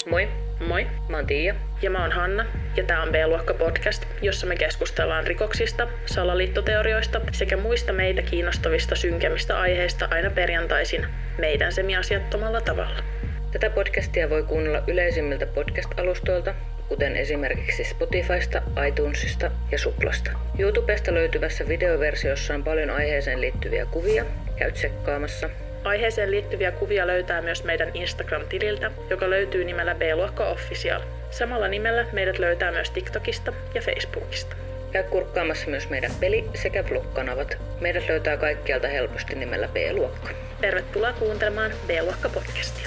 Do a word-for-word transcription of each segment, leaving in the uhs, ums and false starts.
Moi, Moi, mä oon Tiia. ja mä oon Hanna, ja tää on B-luokka podcast, jossa me keskustellaan rikoksista, salaliittoteorioista sekä muista meitä kiinnostavista synkemmistä aiheista aina perjantaisin meidän semiasiattomalla tavalla. Tätä podcastia voi kuunnella yleisimmiltä podcast-alustoilta, kuten esimerkiksi Spotifysta, iTunesista ja Suplasta. YouTubesta löytyvässä videoversiossa on paljon aiheeseen liittyviä kuvia. Käy tsekkaamassa. Aiheeseen liittyviä kuvia löytää myös meidän Instagram-tililtä, joka löytyy nimellä B-luokka Official. Samalla nimellä meidät löytää myös TikTokista ja Facebookista. Käy kurkkaamassa myös meidän peli- sekä vlog-kanavat. Meidät löytää kaikkialta helposti nimellä B-luokka. Tervetuloa kuuntelemaan B-luokka podcastia.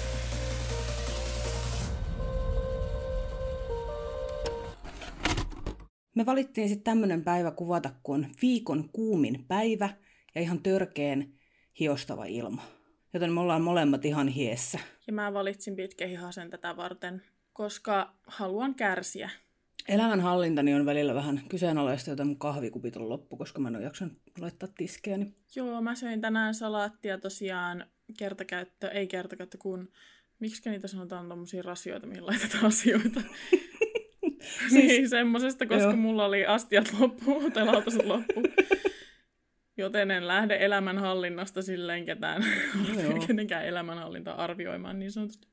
Me valittiin sitten tämmönen päivä kuvata, kun on viikon kuumin päivä ja ihan törkeen hiostava ilma. Joten me ollaan molemmat ihan hiessä. Ja mä valitsin pitkähihasen tätä varten, koska haluan kärsiä. Elämänhallintani on välillä vähän kyseenalaista, joten mun kahvikupit on loppu, koska mä en ole jaksanut laittaa tiskejäni. Joo, mä söin tänään salaattia tosiaan kertakäyttö, ei kertakäyttö, kun miksi niitä sanotaan tommosia rasioita, mihin laitetaan asioita. Niin, semmosesta, koska Joo. mulla oli astiat loppu, tai lautaset loppu. Joten en lähde elämänhallinnasta silleen ketään, no kenenkään elämänhallintaa arvioimaan niin sanotusti.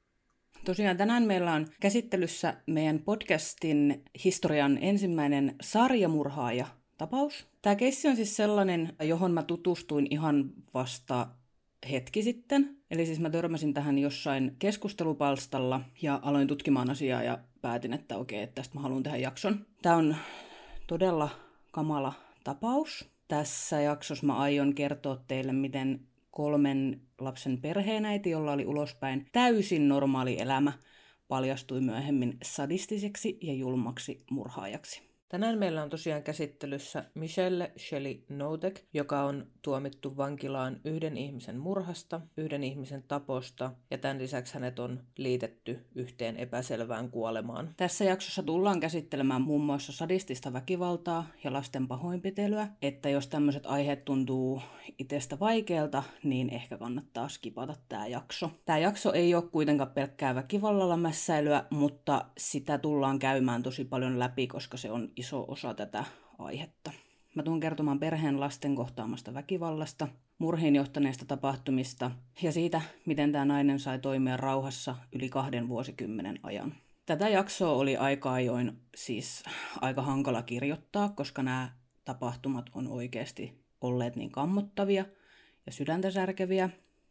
Tosiaan tänään meillä on käsittelyssä meidän podcastin historian ensimmäinen sarjamurhaaja-tapaus. Tämä keissi on siis sellainen, johon mä tutustuin ihan vasta hetki sitten. Eli siis mä törmäsin tähän jossain keskustelupalstalla ja aloin tutkimaan asiaa ja päätin, että okei, että tästä mä haluan tehdä jakson. Tämä on todella kamala tapaus. Tässä jaksossa mä aion kertoa teille, miten kolmen lapsen perheenäiti, jolla oli ulospäin täysin normaali elämä, paljastui myöhemmin sadistiseksi ja julmaksi murhaajaksi. Tänään meillä on tosiaan käsittelyssä Michelle Shelley Knotek, joka on tuomittu vankilaan yhden ihmisen murhasta, yhden ihmisen taposta ja tämän lisäksi hänet on liitetty yhteen epäselvään kuolemaan. Tässä jaksossa tullaan käsittelemään muun muassa sadistista väkivaltaa ja lasten pahoinpitelyä, että jos tämmöiset aiheet tuntuu itsestä vaikealta, niin ehkä kannattaa skipata tämä jakso. Tämä jakso ei ole kuitenkaan pelkkää väkivallalla mässäilyä, mutta sitä tullaan käymään tosi paljon läpi, koska se on iso osa tätä aihetta. Mä tuun kertomaan perheen lasten kohtaamasta väkivallasta, murhiin johtaneista tapahtumista ja siitä, miten tämä nainen sai toimia rauhassa yli kahden vuosikymmenen ajan. Tätä jaksoa oli aika ajoin siis aika hankala kirjoittaa, koska nämä tapahtumat on oikeasti olleet niin kammottavia ja sydäntä särkeviä.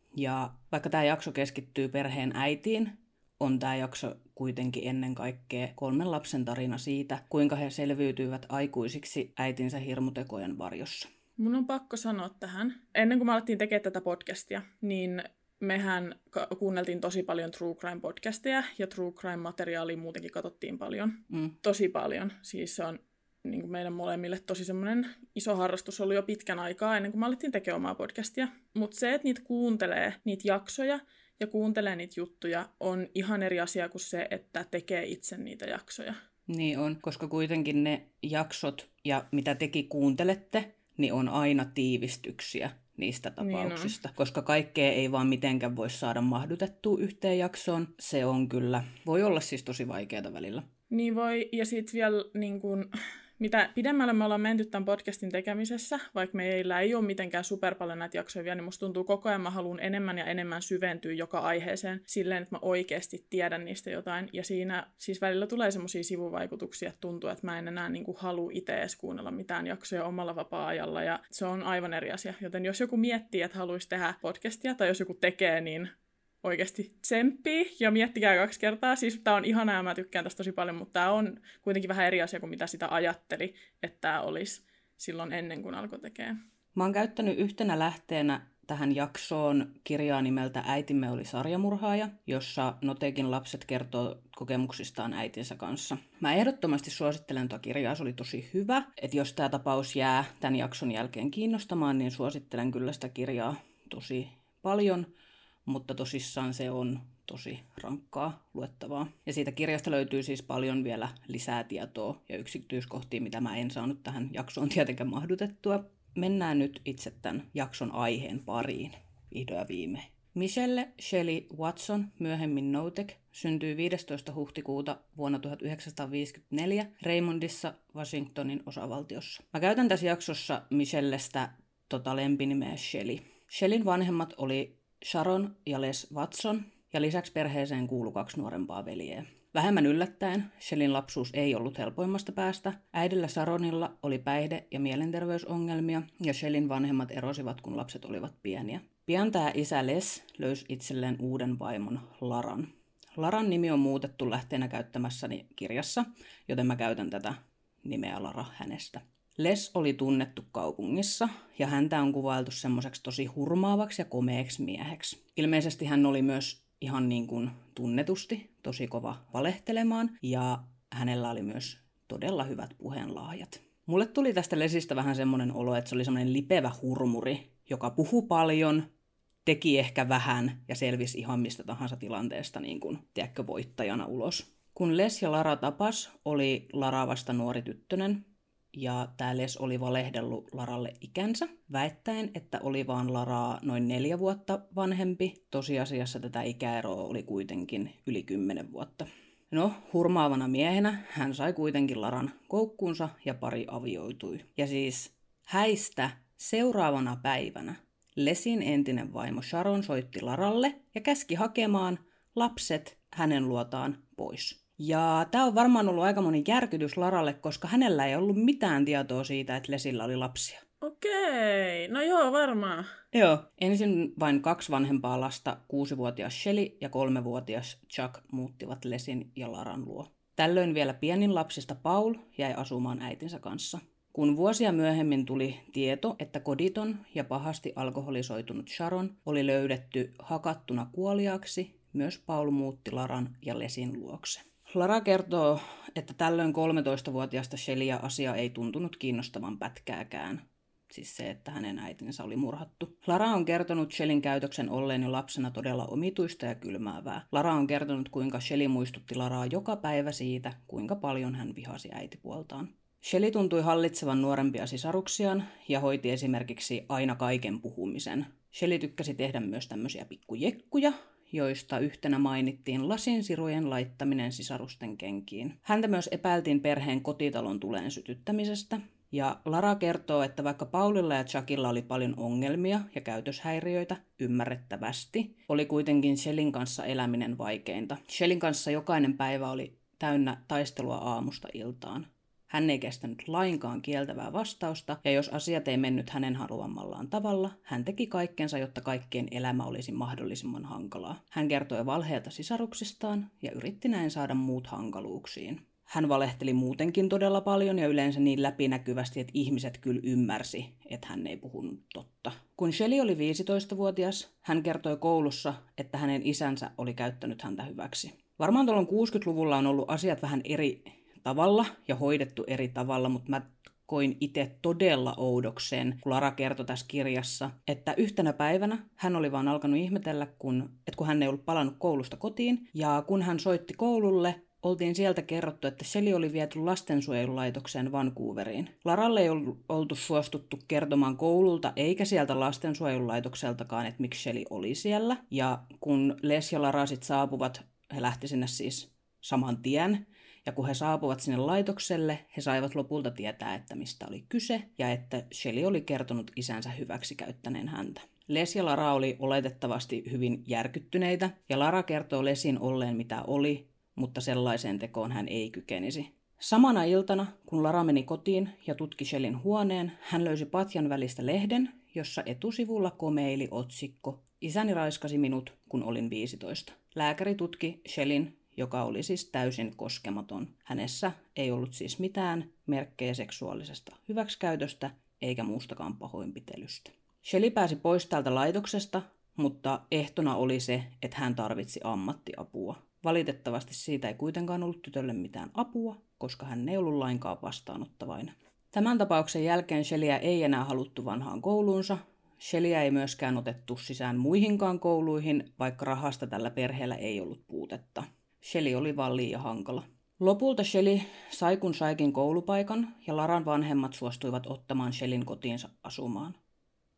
Ja vaikka tämä jakso keskittyy perheen äitiin, on tämä jakso kuitenkin ennen kaikkea kolmen lapsen tarina siitä, kuinka he selviytyivät aikuisiksi äitinsä hirmutekojen varjossa. Mun on pakko sanoa tähän. Ennen kuin me alettiin tekemään tätä podcastia, niin mehän kuunneltiin tosi paljon True Crime-podcasteja, ja True Crime-materiaalia muutenkin katsottiin paljon. Mm. Tosi paljon. Siis se on niin kuin meidän molemmille tosi semmoinen iso harrastus ollut jo pitkän aikaa, ennen kuin me alettiin tekemään omaa podcastia. Mutta se, että niitä kuuntelee, niitä jaksoja, ja kuuntelee niitä juttuja, on ihan eri asia kuin se, että tekee itse niitä jaksoja. Niin on, koska kuitenkin ne jaksot ja mitä tekin kuuntelette, niin on aina tiivistyksiä niistä tapauksista. Niin koska kaikkea ei vaan mitenkään voi saada mahdutettua yhteen jaksoon. Se on kyllä, voi olla siis tosi vaikeaa välillä. Niin voi, ja sitten vielä niin kun, mitä pidemmälle me ollaan menty tämän podcastin tekemisessä, vaikka meillä ei ole mitenkään super paljon näitä jaksoja vielä, niin musta tuntuu koko ajan, mä haluan enemmän ja enemmän syventyä joka aiheeseen silleen, että mä oikeasti tiedän niistä jotain. Ja siinä siis välillä tulee semmoisia sivuvaikutuksia, että tuntuu, että mä en enää niin kuin halua itse edes kuunnella mitään jaksoja omalla vapaa-ajalla. Ja se on aivan eri asia. Joten jos joku miettii, että haluaisi tehdä podcastia, tai jos joku tekee, niin oikeasti tsemppii ja miettikää kaksi kertaa. Siis tää on ihanaa ja mä tykkään tästä tosi paljon, mutta tää on kuitenkin vähän eri asia kuin mitä sitä ajatteli, että tää olisi silloin ennen kuin alkoi tekemään. Mä oon käyttänyt yhtenä lähteenä tähän jaksoon kirjaa nimeltä Äitimme oli sarjamurhaaja, jossa Notekin lapset kertoo kokemuksistaan äitinsä kanssa. Mä ehdottomasti suosittelen tuota kirjaa, se oli tosi hyvä. Että jos tämä tapaus jää tämän jakson jälkeen kiinnostamaan, niin suosittelen kyllä sitä kirjaa tosi paljon. Mutta tosissaan se on tosi rankkaa luettavaa. Ja siitä kirjasta löytyy siis paljon vielä lisää tietoa ja yksityiskohtia, mitä mä en saanut tähän jaksoon tietenkään mahdutettua. Mennään nyt itse tämän jakson aiheen pariin, vihdoin ja viimein. Michelle Shelley Watson, myöhemmin Notek, syntyi viidestoista huhtikuuta vuonna tuhatyhdeksänsataaviisikymmentäneljä Raymondissa, Washingtonin osavaltiossa. Mä käytän tässä jaksossa Michellestä tota lempinimeä Shelley. Shelleyn vanhemmat oli Sharon ja Les Watson, ja lisäksi perheeseen kuului kaksi nuorempaa veljeä. Vähemmän yllättäen, Shelleyn lapsuus ei ollut helpoimmasta päästä. Äidillä Sharonilla oli päihde- ja mielenterveysongelmia, ja Shelleyn vanhemmat erosivat, kun lapset olivat pieniä. Pian tämä isä Les löysi itselleen uuden vaimon, Laran. Laran nimi on muutettu lähteenä käyttämässäni kirjassa, joten mä käytän tätä nimeä Lara hänestä. Les oli tunnettu kaupungissa, ja häntä on kuvailtu semmoiseksi tosi hurmaavaksi ja komeaksi mieheksi. Ilmeisesti hän oli myös ihan niin kuin tunnetusti tosi kova valehtelemaan, ja hänellä oli myös todella hyvät puheenlahjat. Mulle tuli tästä Lesistä vähän semmoinen olo, että se oli semmoinen lipevä hurmuri, joka puhui paljon, teki ehkä vähän ja selvisi ihan mistä tahansa tilanteesta niin kuin, tiedätkö, voittajana ulos. Kun Les ja Lara tapas, oli Lara vasta nuori tyttönen, ja tämä Les oli valehdellut Laralle ikänsä, väittäen, että oli vaan Laraa noin neljä vuotta vanhempi. Tosiasiassa tätä ikäeroa oli kuitenkin yli kymmenen vuotta. No, hurmaavana miehenä hän sai kuitenkin Laran koukkuunsa ja pari avioitui. Ja siis häistä seuraavana päivänä Lesin entinen vaimo Sharon soitti Laralle ja käski hakemaan lapset hänen luotaan pois. Ja tämä on varmaan ollut aika moni järkytys Laralle, koska hänellä ei ollut mitään tietoa siitä, että Lesillä oli lapsia. Okei, no joo, varmaan. Joo. Ensin vain kaksi vanhempaa lasta, kuusivuotias Shelley ja kolmevuotias Chuck, muuttivat Lesin ja Laran luo. Tällöin vielä pienin lapsista Paul jäi asumaan äitinsä kanssa. Kun vuosia myöhemmin tuli tieto, että koditon ja pahasti alkoholisoitunut Sharon oli löydetty hakattuna kuoliaaksi, myös Paul muutti Laran ja Lesin luokse. Lara kertoo, että tällöin kolmetoistavuotiaasta Shelleyä asia ei tuntunut kiinnostavan pätkääkään. Siis se, että hänen äitinsä oli murhattu. Lara on kertonut Shelleyn käytöksen olleen jo lapsena todella omituista ja kylmäävää. Lara on kertonut, kuinka Shelley muistutti Laraa joka päivä siitä, kuinka paljon hän vihasi äitipuoltaan. Shelley tuntui hallitsevan nuorempia sisaruksiaan ja hoiti esimerkiksi aina kaiken puhumisen. Shelley tykkäsi tehdä myös tämmöisiä pikkujekkuja, joista yhtenä mainittiin lasinsirujen laittaminen sisarusten kenkiin. Häntä myös epäiltiin perheen kotitalon tuleen sytyttämisestä. Ja Lara kertoo, että vaikka Paulilla ja Chuckilla oli paljon ongelmia ja käytöshäiriöitä, ymmärrettävästi, oli kuitenkin Shelleyn kanssa eläminen vaikeinta. Shelleyn kanssa jokainen päivä oli täynnä taistelua aamusta iltaan. Hän ei kestänyt lainkaan kieltävää vastausta, ja jos asiat ei mennyt hänen haluamallaan tavalla, hän teki kaikkensa, jotta kaikkien elämä olisi mahdollisimman hankalaa. Hän kertoi valheita sisaruksistaan ja yritti näin saada muut hankaluuksiin. Hän valehteli muutenkin todella paljon ja yleensä niin läpinäkyvästi, että ihmiset kyllä ymmärsi, että hän ei puhunut totta. Kun Shelley oli viisitoistavuotias, hän kertoi koulussa, että hänen isänsä oli käyttänyt häntä hyväksi. Varmaan tuolloin kuusikymmentäluvulla on ollut asiat vähän eri tavalla ja hoidettu eri tavalla, mutta mä koin itse todella oudokseen, kun Lara kertoi tässä kirjassa, että yhtenä päivänä hän oli vaan alkanut ihmetellä, kun, että kun hän ei ollut palannut koulusta kotiin, ja kun hän soitti koululle, oltiin sieltä kerrottu, että Shelley oli viety lastensuojelulaitokseen Vancouveriin. Laralle ei ollut oltu suostuttu kertomaan koululta eikä sieltä lastensuojelulaitokseltakaan, että miksi Shelley oli siellä. Ja kun Les ja Lara sit saapuvat, he lähti sinne siis saman tien. Ja kun he saapuvat sinne laitokselle, he saivat lopulta tietää, että mistä oli kyse ja että Shelley oli kertonut isänsä hyväksi käyttäneen häntä. Les ja Lara oli oletettavasti hyvin järkyttyneitä ja Lara kertoo Lesin olleen mitä oli, mutta sellaiseen tekoon hän ei kykenisi. Samana iltana, kun Lara meni kotiin ja tutki Shelleyn huoneen, hän löysi patjan välistä lehden, jossa etusivulla komeili otsikko "Isäni raiskasi minut, kun olin viisitoista". Lääkäri tutki Shelleyn, joka oli siis täysin koskematon. Hänessä ei ollut siis mitään merkkejä seksuaalisesta hyväksikäytöstä eikä muustakaan pahoinpitelystä. Shelley pääsi pois täältä laitoksesta, mutta ehtona oli se, että hän tarvitsi ammattiapua. Valitettavasti siitä ei kuitenkaan ollut tytölle mitään apua, koska hän ei ollut lainkaan vastaanottavainen. Tämän tapauksen jälkeen Shelleyä ei enää haluttu vanhaan kouluunsa. Shelleyä ei myöskään otettu sisään muihinkaan kouluihin, vaikka rahasta tällä perheellä ei ollut puutetta. Shelley oli vaan liian hankala. Lopulta Shelley sai kun saikin koulupaikan ja Laran vanhemmat suostuivat ottamaan Shellyn kotiinsa asumaan.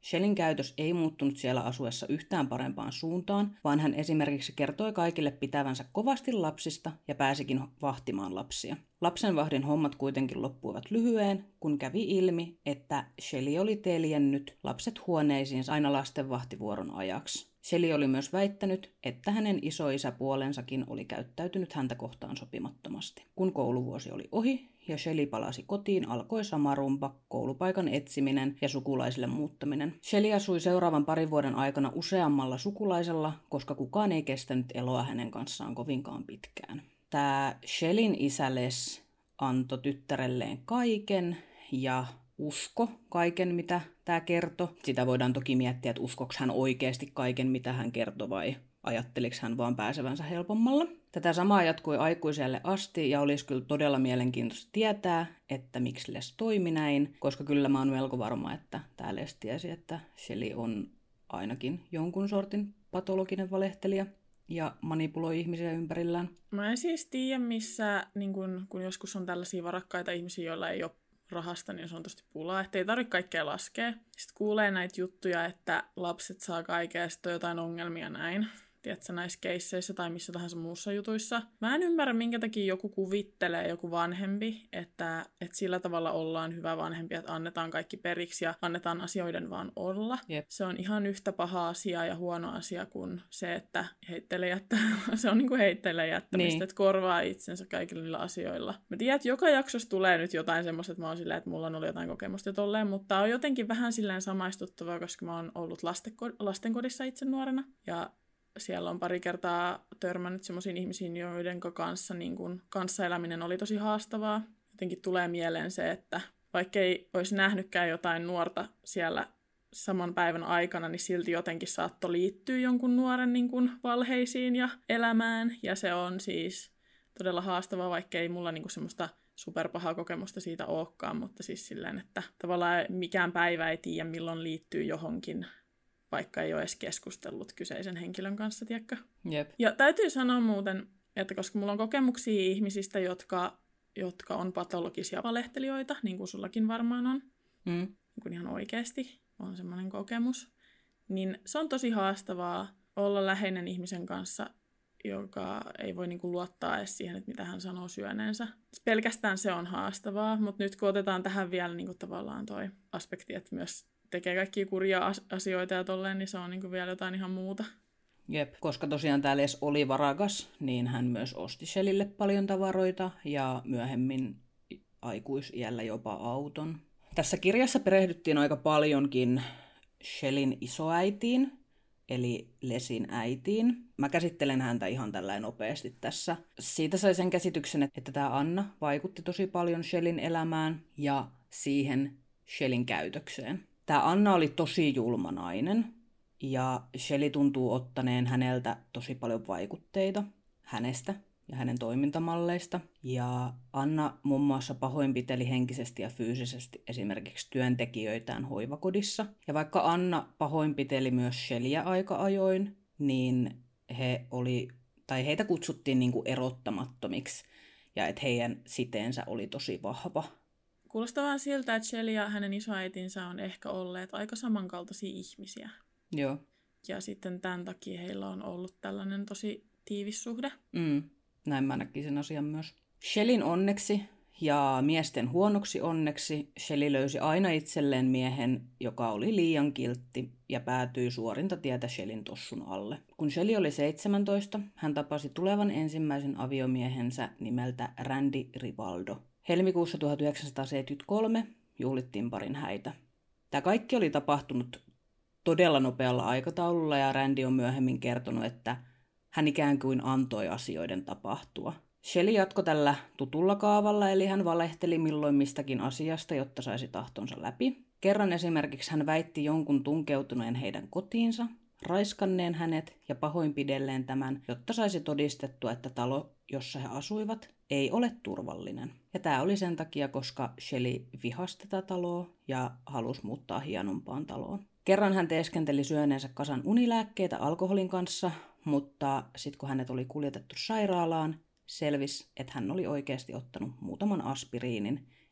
Shelin käytös ei muuttunut siellä asuessa yhtään parempaan suuntaan, vaan hän esimerkiksi kertoi kaikille pitävänsä kovasti lapsista ja pääsikin vahtimaan lapsia. Lapsenvahdin hommat kuitenkin loppuivat lyhyeen, kun kävi ilmi, että Shelly oli teljennyt lapset huoneisiinsa aina lastenvahtivuoron ajaksi. Shelly oli myös väittänyt, että hänen isoisäpuolensakin oli käyttäytynyt häntä kohtaan sopimattomasti. Kun kouluvuosi oli ohi ja Shelly palasi kotiin, alkoi sama rumba, koulupaikan etsiminen ja sukulaisille muuttaminen. Shelly asui seuraavan parin vuoden aikana useammalla sukulaisella, koska kukaan ei kestänyt eloa hänen kanssaan kovinkaan pitkään. Tämä Shellyn isä Les antoi tyttärelleen kaiken ja usko kaiken, mitä tämä kertoi. Sitä voidaan toki miettiä, että uskoks hän oikeasti kaiken, mitä hän kertoi, vai ajatteliks hän vaan pääsevänsä helpommalla. Tätä samaa jatkui aikuiselle asti, ja olisi kyllä todella mielenkiintoista tietää, että miksi Les toimi näin, koska kyllä mä oon melko varma, että tämä Les tiesi, että Shelly on ainakin jonkun sortin patologinen valehtelija ja manipuloi ihmisiä ympärillään. Mä en siis tiedä, missä, niin kun, kun joskus on tällaisia varakkaita ihmisiä, joilla ei ole rahasta, niin se on tosi pulaa, että ei tarvitse kaikkea laskea. Sitten kuulee näitä juttuja, että lapset saa kaikkea ja sitten on jotain ongelmia näin. Tiedätkö, näissä keisseissä tai missä tahansa muussa jutuissa. Mä en ymmärrä, minkä takia joku kuvittelee, joku vanhempi, että, että sillä tavalla ollaan hyvä vanhempi, että annetaan kaikki periksi ja annetaan asioiden vaan olla. Yep. Se on ihan yhtä paha asia ja huono asia kuin se, että heittelee jättää. Se on niin kuin heittelee jättämistä, niin. Että korvaa itsensä kaikilla niillä asioilla. Mä tiedän, että joka jaksossa tulee nyt jotain semmoista, että mä oon silleen, että mulla on ollut jotain kokemusta tolleen, mutta on jotenkin vähän silleen samaistuttavaa, koska mä oon ollut lastenkodissa itse nuorena ja siellä on pari kertaa törmännyt semmoisiin ihmisiin, joiden kanssa niin kun kanssaeläminen oli tosi haastavaa. Jotenkin tulee mieleen se, että vaikka ei olisi nähnytkään jotain nuorta siellä saman päivän aikana, niin silti jotenkin saattoi liittyä jonkun nuoren niin kun valheisiin ja elämään. Ja se on siis todella haastavaa, vaikka ei mulla niin kun semmoista superpahaa kokemusta siitä olekaan, mutta siis silleen, että tavallaan mikään päivä ei tiedä, milloin liittyy johonkin, vaikka ei ole edes keskustellut kyseisen henkilön kanssa, tiedätkö? Jep. Ja täytyy sanoa muuten, että koska mulla on kokemuksia ihmisistä, jotka, jotka on patologisia valehtelijoita, niin kuin sullakin varmaan on, mm. niin kuin ihan oikeasti on semmoinen kokemus, niin se on tosi haastavaa olla läheinen ihmisen kanssa, joka ei voi niinku luottaa edes siihen, että mitä hän sanoo syöneensä. Pelkästään se on haastavaa, mutta nyt kun otetaan tähän vielä niinku tavallaan toi aspekti, että myös tekee kaikkia kurjia asioita ja tolleen, niin se on niinku vielä jotain ihan muuta. Jep, koska tosiaan tää Les oli varakas, niin hän myös osti Shellille paljon tavaroita ja myöhemmin aikuisiällä jopa auton. Tässä kirjassa perehdyttiin aika paljonkin Shellyn isoäitiin, eli Lesin äitiin. Mä käsittelen häntä ihan tällainen nopeasti tässä. Siitä sai sen käsityksen, että tämä Anna vaikutti tosi paljon Shellyn elämään ja siihen Shellyn käytökseen. Tämä Anna oli tosi julma nainen ja Shelly tuntuu ottaneen häneltä tosi paljon vaikutteita hänestä ja hänen toimintamalleista. Ja Anna muun muassa pahoinpiteli henkisesti ja fyysisesti esimerkiksi työntekijöitään hoivakodissa. Ja vaikka Anna pahoinpiteli myös Shellyä aika ajoin, niin he oli, tai heitä kutsuttiin niin kuin erottamattomiksi ja että heidän siteensä oli tosi vahva. Kuulostaa vaan siltä, että Shelly ja hänen isoäitinsä on ehkä olleet aika samankaltaisia ihmisiä. Joo. Ja sitten tämän takia heillä on ollut tällainen tosi tiivis suhde. Mm, näin mä näkisin asian myös. Shellyn onneksi ja miesten huonoksi onneksi Shelly löysi aina itselleen miehen, joka oli liian kiltti ja päätyi suorinta tietä Shellyn tossun alle. Kun Shelly oli seitsemäntoista, hän tapasi tulevan ensimmäisen aviomiehensä nimeltä Randy Rivaldo. Helmikuussa tuhatyhdeksänsataaseitsemänkymmentäkolme juhlittiin parin häitä. Tämä kaikki oli tapahtunut todella nopealla aikataululla ja Randy on myöhemmin kertonut, että hän ikään kuin antoi asioiden tapahtua. Shelly jatkoi tällä tutulla kaavalla, eli hän valehteli milloin mistäkin asiasta, jotta saisi tahtonsa läpi. Kerran esimerkiksi hän väitti jonkun tunkeutuneen heidän kotiinsa, raiskanneen hänet ja pahoinpidelleen tämän, jotta saisi todistettua, että talo, jossa he asuivat, ei ole turvallinen. Ja tämä oli sen takia, koska Shelly vihasi tätä taloa ja halusi muuttaa hienompaan taloon. Kerran hän teeskenteli syöneensä kasan unilääkkeitä alkoholin kanssa, mutta sitten kun hänet oli kuljetettu sairaalaan, selvisi, että hän oli oikeasti ottanut muutaman aspiriinin,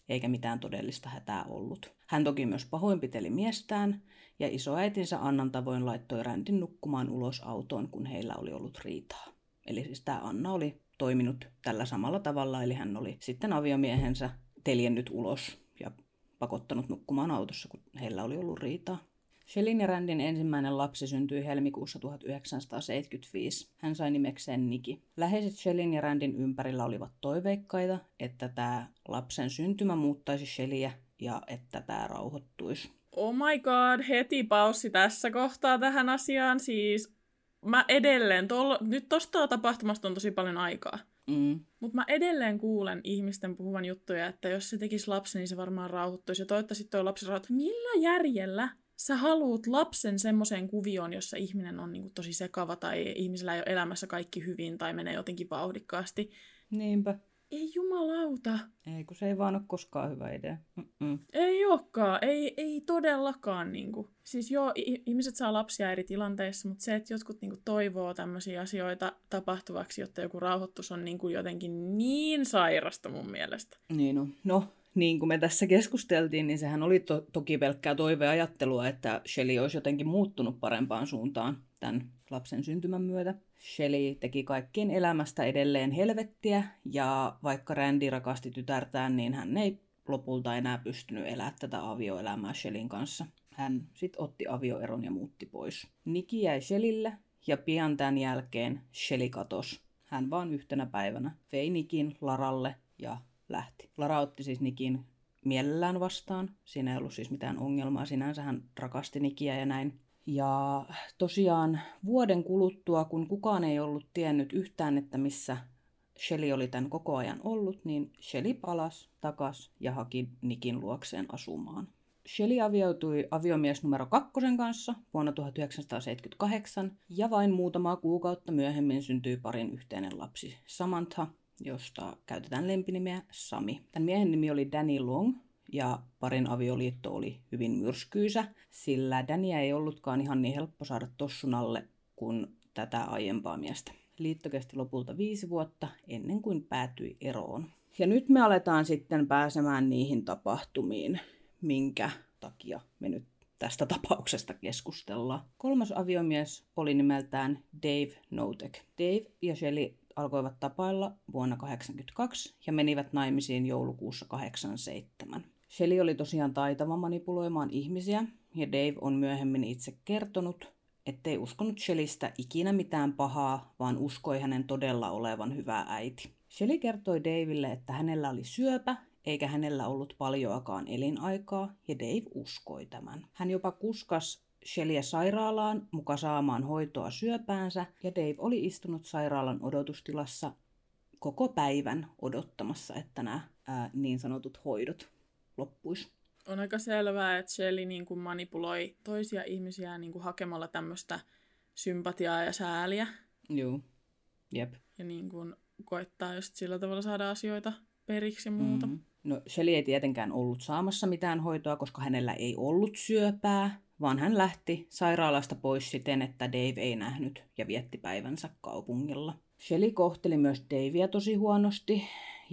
eikä mitään todellista hätää ollut. Hän toki myös pahoinpiteli miestään, ja isoäitinsä Annan tavoin laittoi Randin nukkumaan ulos autoon, kun heillä oli ollut riitaa. Eli siis tämä Anna oli toiminut tällä samalla tavalla, eli hän oli sitten aviomiehensä teljennyt ulos ja pakottanut nukkumaan autossa, kun heillä oli ollut riitaa. Shelin ja Randin ensimmäinen lapsi syntyi helmikuussa tuhatyhdeksänsataaseitsemänkymmentäviisi. Hän sai nimekseen Nikki. Läheiset Shelin ja Randin ympärillä olivat toiveikkaita, että tämä lapsen syntymä muuttaisi Sheliä ja että tämä rauhoittuisi. Oh my god, heti paussi tässä kohtaa tähän asiaan. Siis mä edelleen, tol, nyt tosta tapahtumasta on tosi paljon aikaa. Mm. Mutta mä edelleen kuulen ihmisten puhuvan juttuja, että jos se tekisi lapsen, niin se varmaan rauhoittuisi. Ja toivottavasti toi lapsi rauhoittuisi. Millä järjellä sä haluut lapsen semmoiseen kuvioon, jossa ihminen on niinku tosi sekava tai ihmisellä ei ole elämässä kaikki hyvin tai menee jotenkin vauhdikkaasti? Niinpä. Ei jumalauta. Ei, kun se ei vaan ole koskaan hyvä idea. Mm-mm. Ei olekaan, ei, ei todellakaan. Niinku. Siis joo, ihmiset saa lapsia eri tilanteissa, mutta se, että jotkut niinku toivoo tämmöisiä asioita tapahtuvaksi, jotta joku rauhoittus on niinku jotenkin niin sairasta mun mielestä. Niin no. No, niin kuin me tässä keskusteltiin, niin sehän oli to- toki pelkkää toiveajattelua, että Shelley olisi jotenkin muuttunut parempaan suuntaan tämän lapsen syntymän myötä. Shelley teki kaikkien elämästä edelleen helvettiä, ja vaikka Randy rakasti tytärtään, niin hän ei lopulta enää pystynyt elämään tätä avioelämää Shelleyn kanssa. Hän sitten otti avioeron ja muutti pois. Nikki jäi Shelleylle, ja pian tämän jälkeen Shelley katosi. Hän vaan yhtenä päivänä vei Nickin Laralle ja lähti. Lara otti siis Nickin mielellään vastaan. Siinä ei ollut siis mitään ongelmaa. Sinänsä hän rakasti Nickiä ja näin. Ja tosiaan vuoden kuluttua, kun kukaan ei ollut tiennyt yhtään, että missä Shelley oli tämän koko ajan ollut, niin Shelley palasi takas ja haki Nickin luokseen asumaan. Shelley avioitui aviomies numero kakkosen kanssa vuonna tuhatyhdeksänsataaseitsemänkymmentäkahdeksan ja vain muutamaa kuukautta myöhemmin syntyi parin yhteinen lapsi Samantha, josta käytetään lempinimeä Sami. Tämän miehen nimi oli Danny Long ja parin avioliitto oli hyvin myrskyisä, sillä Dannyä ei ollutkaan ihan niin helppo saada tossun alle kuin tätä aiempaa miestä. Liitto kesti lopulta viisi vuotta ennen kuin päätyi eroon. Ja nyt me aletaan sitten pääsemään niihin tapahtumiin, minkä takia me nyt tästä tapauksesta keskustellaan. Kolmas aviomies oli nimeltään Dave Notek. Dave ja Shelley alkoivat tapailla vuonna tuhatyhdeksänsataakahdeksankymmentäkaksi ja menivät naimisiin joulukuussa kahdeksankymmentäseitsemän. Shelley oli tosiaan taitava manipuloimaan ihmisiä ja Dave on myöhemmin itse kertonut, ettei uskonut Shelleystä ikinä mitään pahaa, vaan uskoi hänen todella olevan hyvä äiti. Shelley kertoi Davelle, että hänellä oli syöpä, eikä hänellä ollut paljoakaan elinaikaa, ja Dave uskoi tämän. Hän jopa kuskas Shelleyä sairaalaan muka saamaan hoitoa syöpäänsä, ja Dave oli istunut sairaalan odotustilassa koko päivän odottamassa, että nämä ää, niin sanotut hoidot loppuisi. On aika selvää, että Shelley niin kuin manipuloi toisia ihmisiä niin kuin hakemalla tämmöistä sympatiaa ja sääliä. Joo, jep. Ja niin kuin koettaa just sillä tavalla saada asioita periksi ja muuta. Mm-hmm. No Shelley ei tietenkään ollut saamassa mitään hoitoa, koska hänellä ei ollut syöpää, vaan hän lähti sairaalasta pois siten, että Dave ei nähnyt ja vietti päivänsä kaupungilla. Shelley kohteli myös Davea tosi huonosti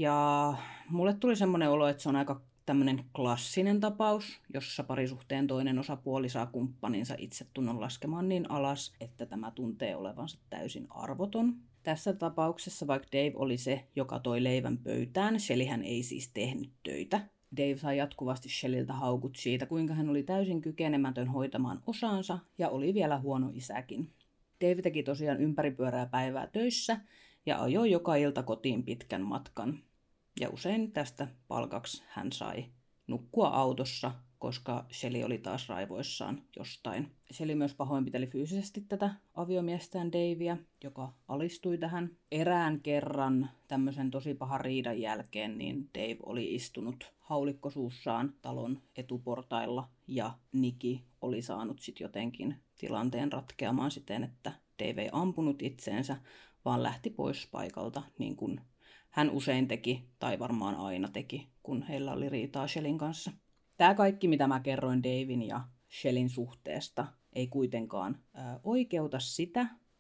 ja mulle tuli semmoinen olo, että se on aika tämmöinen klassinen tapaus, jossa parisuhteen toinen osapuoli saa kumppaninsa itsetunnon laskemaan niin alas, että tämä tuntee olevansa täysin arvoton. Tässä tapauksessa, vaikka Dave oli se, joka toi leivän pöytään, Shelleyhän ei siis tehnyt töitä. Dave sai jatkuvasti Shelleyltä haukut siitä, kuinka hän oli täysin kykenemätön hoitamaan osaansa ja oli vielä huono isäkin. Dave teki tosiaan ympäripyörää päivää töissä ja ajoi joka ilta kotiin pitkän matkan. Ja usein tästä palkaksi hän sai nukkua autossa, koska Shelley oli taas raivoissaan jostain. Shelley myös pahoinpiteli fyysisesti tätä aviomiestään Davea, joka alistui tähän. Erään kerran tämmöisen tosi pahan riidan jälkeen, niin Dave oli istunut haulikko suussaan talon etuportailla ja Nikki oli saanut sitten jotenkin tilanteen ratkeamaan siten, että Dave ei ampunut itseensä, vaan lähti pois paikalta niin kuin hän usein teki, tai varmaan aina teki, kun heillä oli riitaa Shelleyn kanssa. Tämä kaikki, mitä mä kerroin Daven ja Shelleyn suhteesta, ei kuitenkaan ää, oikeuta sitä, että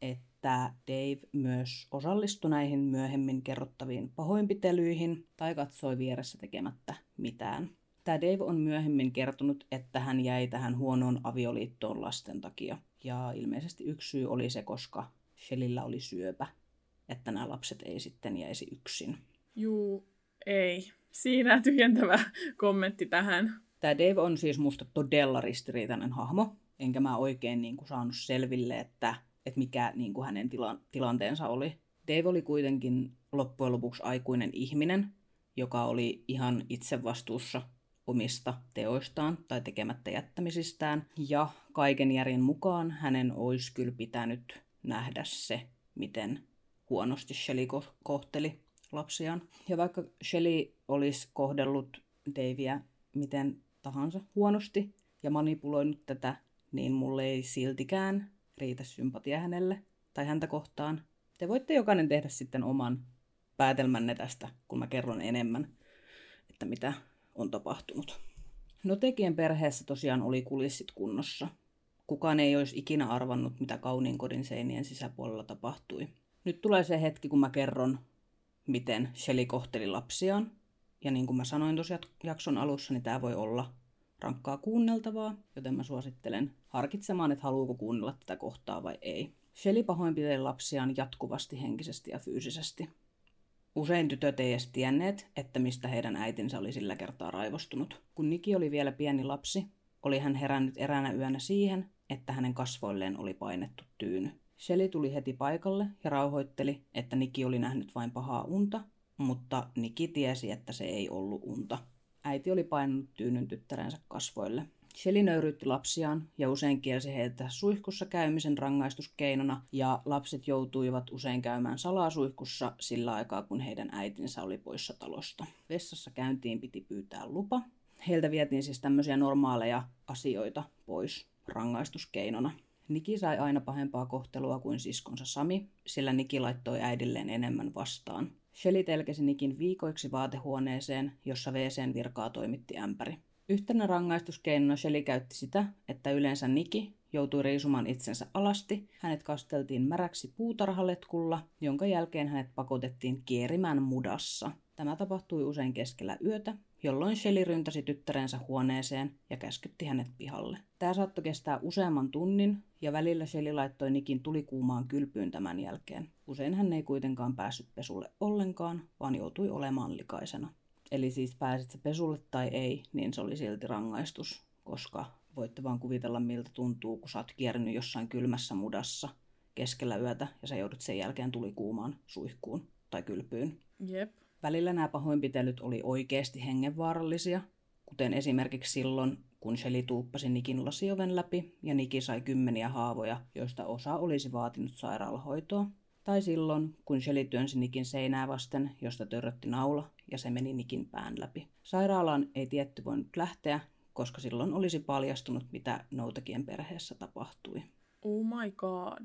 tämä Dave myös osallistui näihin myöhemmin kerrottaviin pahoinpitelyihin tai katsoi vieressä tekemättä mitään. Tämä Dave on myöhemmin kertonut, että hän jäi tähän huonoon avioliittoon lasten takia. Ja ilmeisesti yksi syy oli se, koska Shelleyllä oli syöpä, että nämä lapset ei sitten jäisi yksin. Juu, ei. Siinä tyhjentävä kommentti tähän. Tämä Dave on siis musta todella ristiriitainen hahmo, enkä mä oikein niin kuin saanut selville, että, että mikä niin kuin hänen tila- tilanteensa oli. Dave oli kuitenkin loppujen lopuksi aikuinen ihminen, joka oli ihan itse vastuussa omista teoistaan tai tekemättä jättämisistään. Ja kaiken järjen mukaan hänen olisi kyllä pitänyt nähdä se, miten huonosti Shelley ko- kohteli lapsiaan. Ja vaikka Shelley olisi kohdellut Davea miten tahansa huonosti ja manipuloinut tätä, niin mulle ei siltikään riitä sympatia hänelle tai häntä kohtaan. Te voitte jokainen tehdä sitten oman päätelmänne tästä, kun mä kerron enemmän, että mitä on tapahtunut. No tekijän perheessä tosiaan oli kulissit kunnossa. Kukaan ei olisi ikinä arvannut, mitä kauniin kodin seinien sisäpuolella tapahtui. Nyt tulee se hetki, kun mä kerron, miten Shelley kohteli lapsiaan. Ja niin kuin mä sanoin tuossa jakson alussa, niin tämä voi olla rankkaa kuunneltavaa, joten mä suosittelen harkitsemaan, että haluuko kuunnella tätä kohtaa vai ei. Shelley pahoinpiteli lapsiaan jatkuvasti henkisesti ja fyysisesti. Usein tytöt ei edes tienneet, että mistä heidän äitinsä oli sillä kertaa raivostunut. Kun Nikki oli vielä pieni lapsi, oli hän herännyt eräänä yönä siihen, että hänen kasvoilleen oli painettu tyyny. Shelley tuli heti paikalle ja rauhoitteli, että Nikki oli nähnyt vain pahaa unta, mutta Nikki tiesi, että se ei ollut unta. Äiti oli painanut tyynyn tyttärensä kasvoille. Shelley nöyryytti lapsiaan ja usein kielsi heiltä suihkussa käymisen rangaistuskeinona, ja lapset joutuivat usein käymään salasuihkussa sillä aikaa, kun heidän äitinsä oli poissa talosta. Vessassa käyntiin piti pyytää lupa. Heiltä vietiin siis tämmöisiä normaaleja asioita pois rangaistuskeinona. Nikki sai aina pahempaa kohtelua kuin siskonsa Sami, sillä Nikki laittoi äidilleen enemmän vastaan. Shelley telkesi Nikin viikoiksi vaatehuoneeseen, jossa W C:n virkaa toimitti ämpäri. Yhtenä rangaistuskeinona Shelley käytti sitä, että yleensä Nikki joutui riisumaan itsensä alasti. Hänet kasteltiin märäksi puutarhaletkulla, jonka jälkeen hänet pakotettiin kierimään mudassa. Tämä tapahtui usein keskellä yötä, jolloin Shelley ryntäsi tyttärensä huoneeseen ja käskytti hänet pihalle. Tämä saattoi kestää useamman tunnin, ja välillä Shelley laittoi Nikin tulikuumaan kylpyyn tämän jälkeen. Usein hän ei kuitenkaan päässyt pesulle ollenkaan, vaan joutui olemaan likaisena. Eli siis pääsit sä pesulle tai ei, niin se oli silti rangaistus, koska voitte vaan kuvitella, miltä tuntuu, kun sä oot kiernyt jossain kylmässä mudassa keskellä yötä ja sä joudut sen jälkeen tulikuumaan suihkuun tai kylpyyn. Jep. Välillä nämä pahoinpitelyt oli oikeasti hengenvaarallisia, kuten esimerkiksi silloin, kun Shelley tuuppasi Nikin lasioven läpi ja Nikki sai kymmeniä haavoja, joista osa olisi vaatinut sairaalahoitoa. Tai silloin, kun Shelley työnsi Nikin seinää vasten, josta törrötti naula ja se meni Nikin pään läpi. Sairaalaan ei tietty voinut lähteä, koska silloin olisi paljastunut, mitä Noutakien perheessä tapahtui. Oh my god.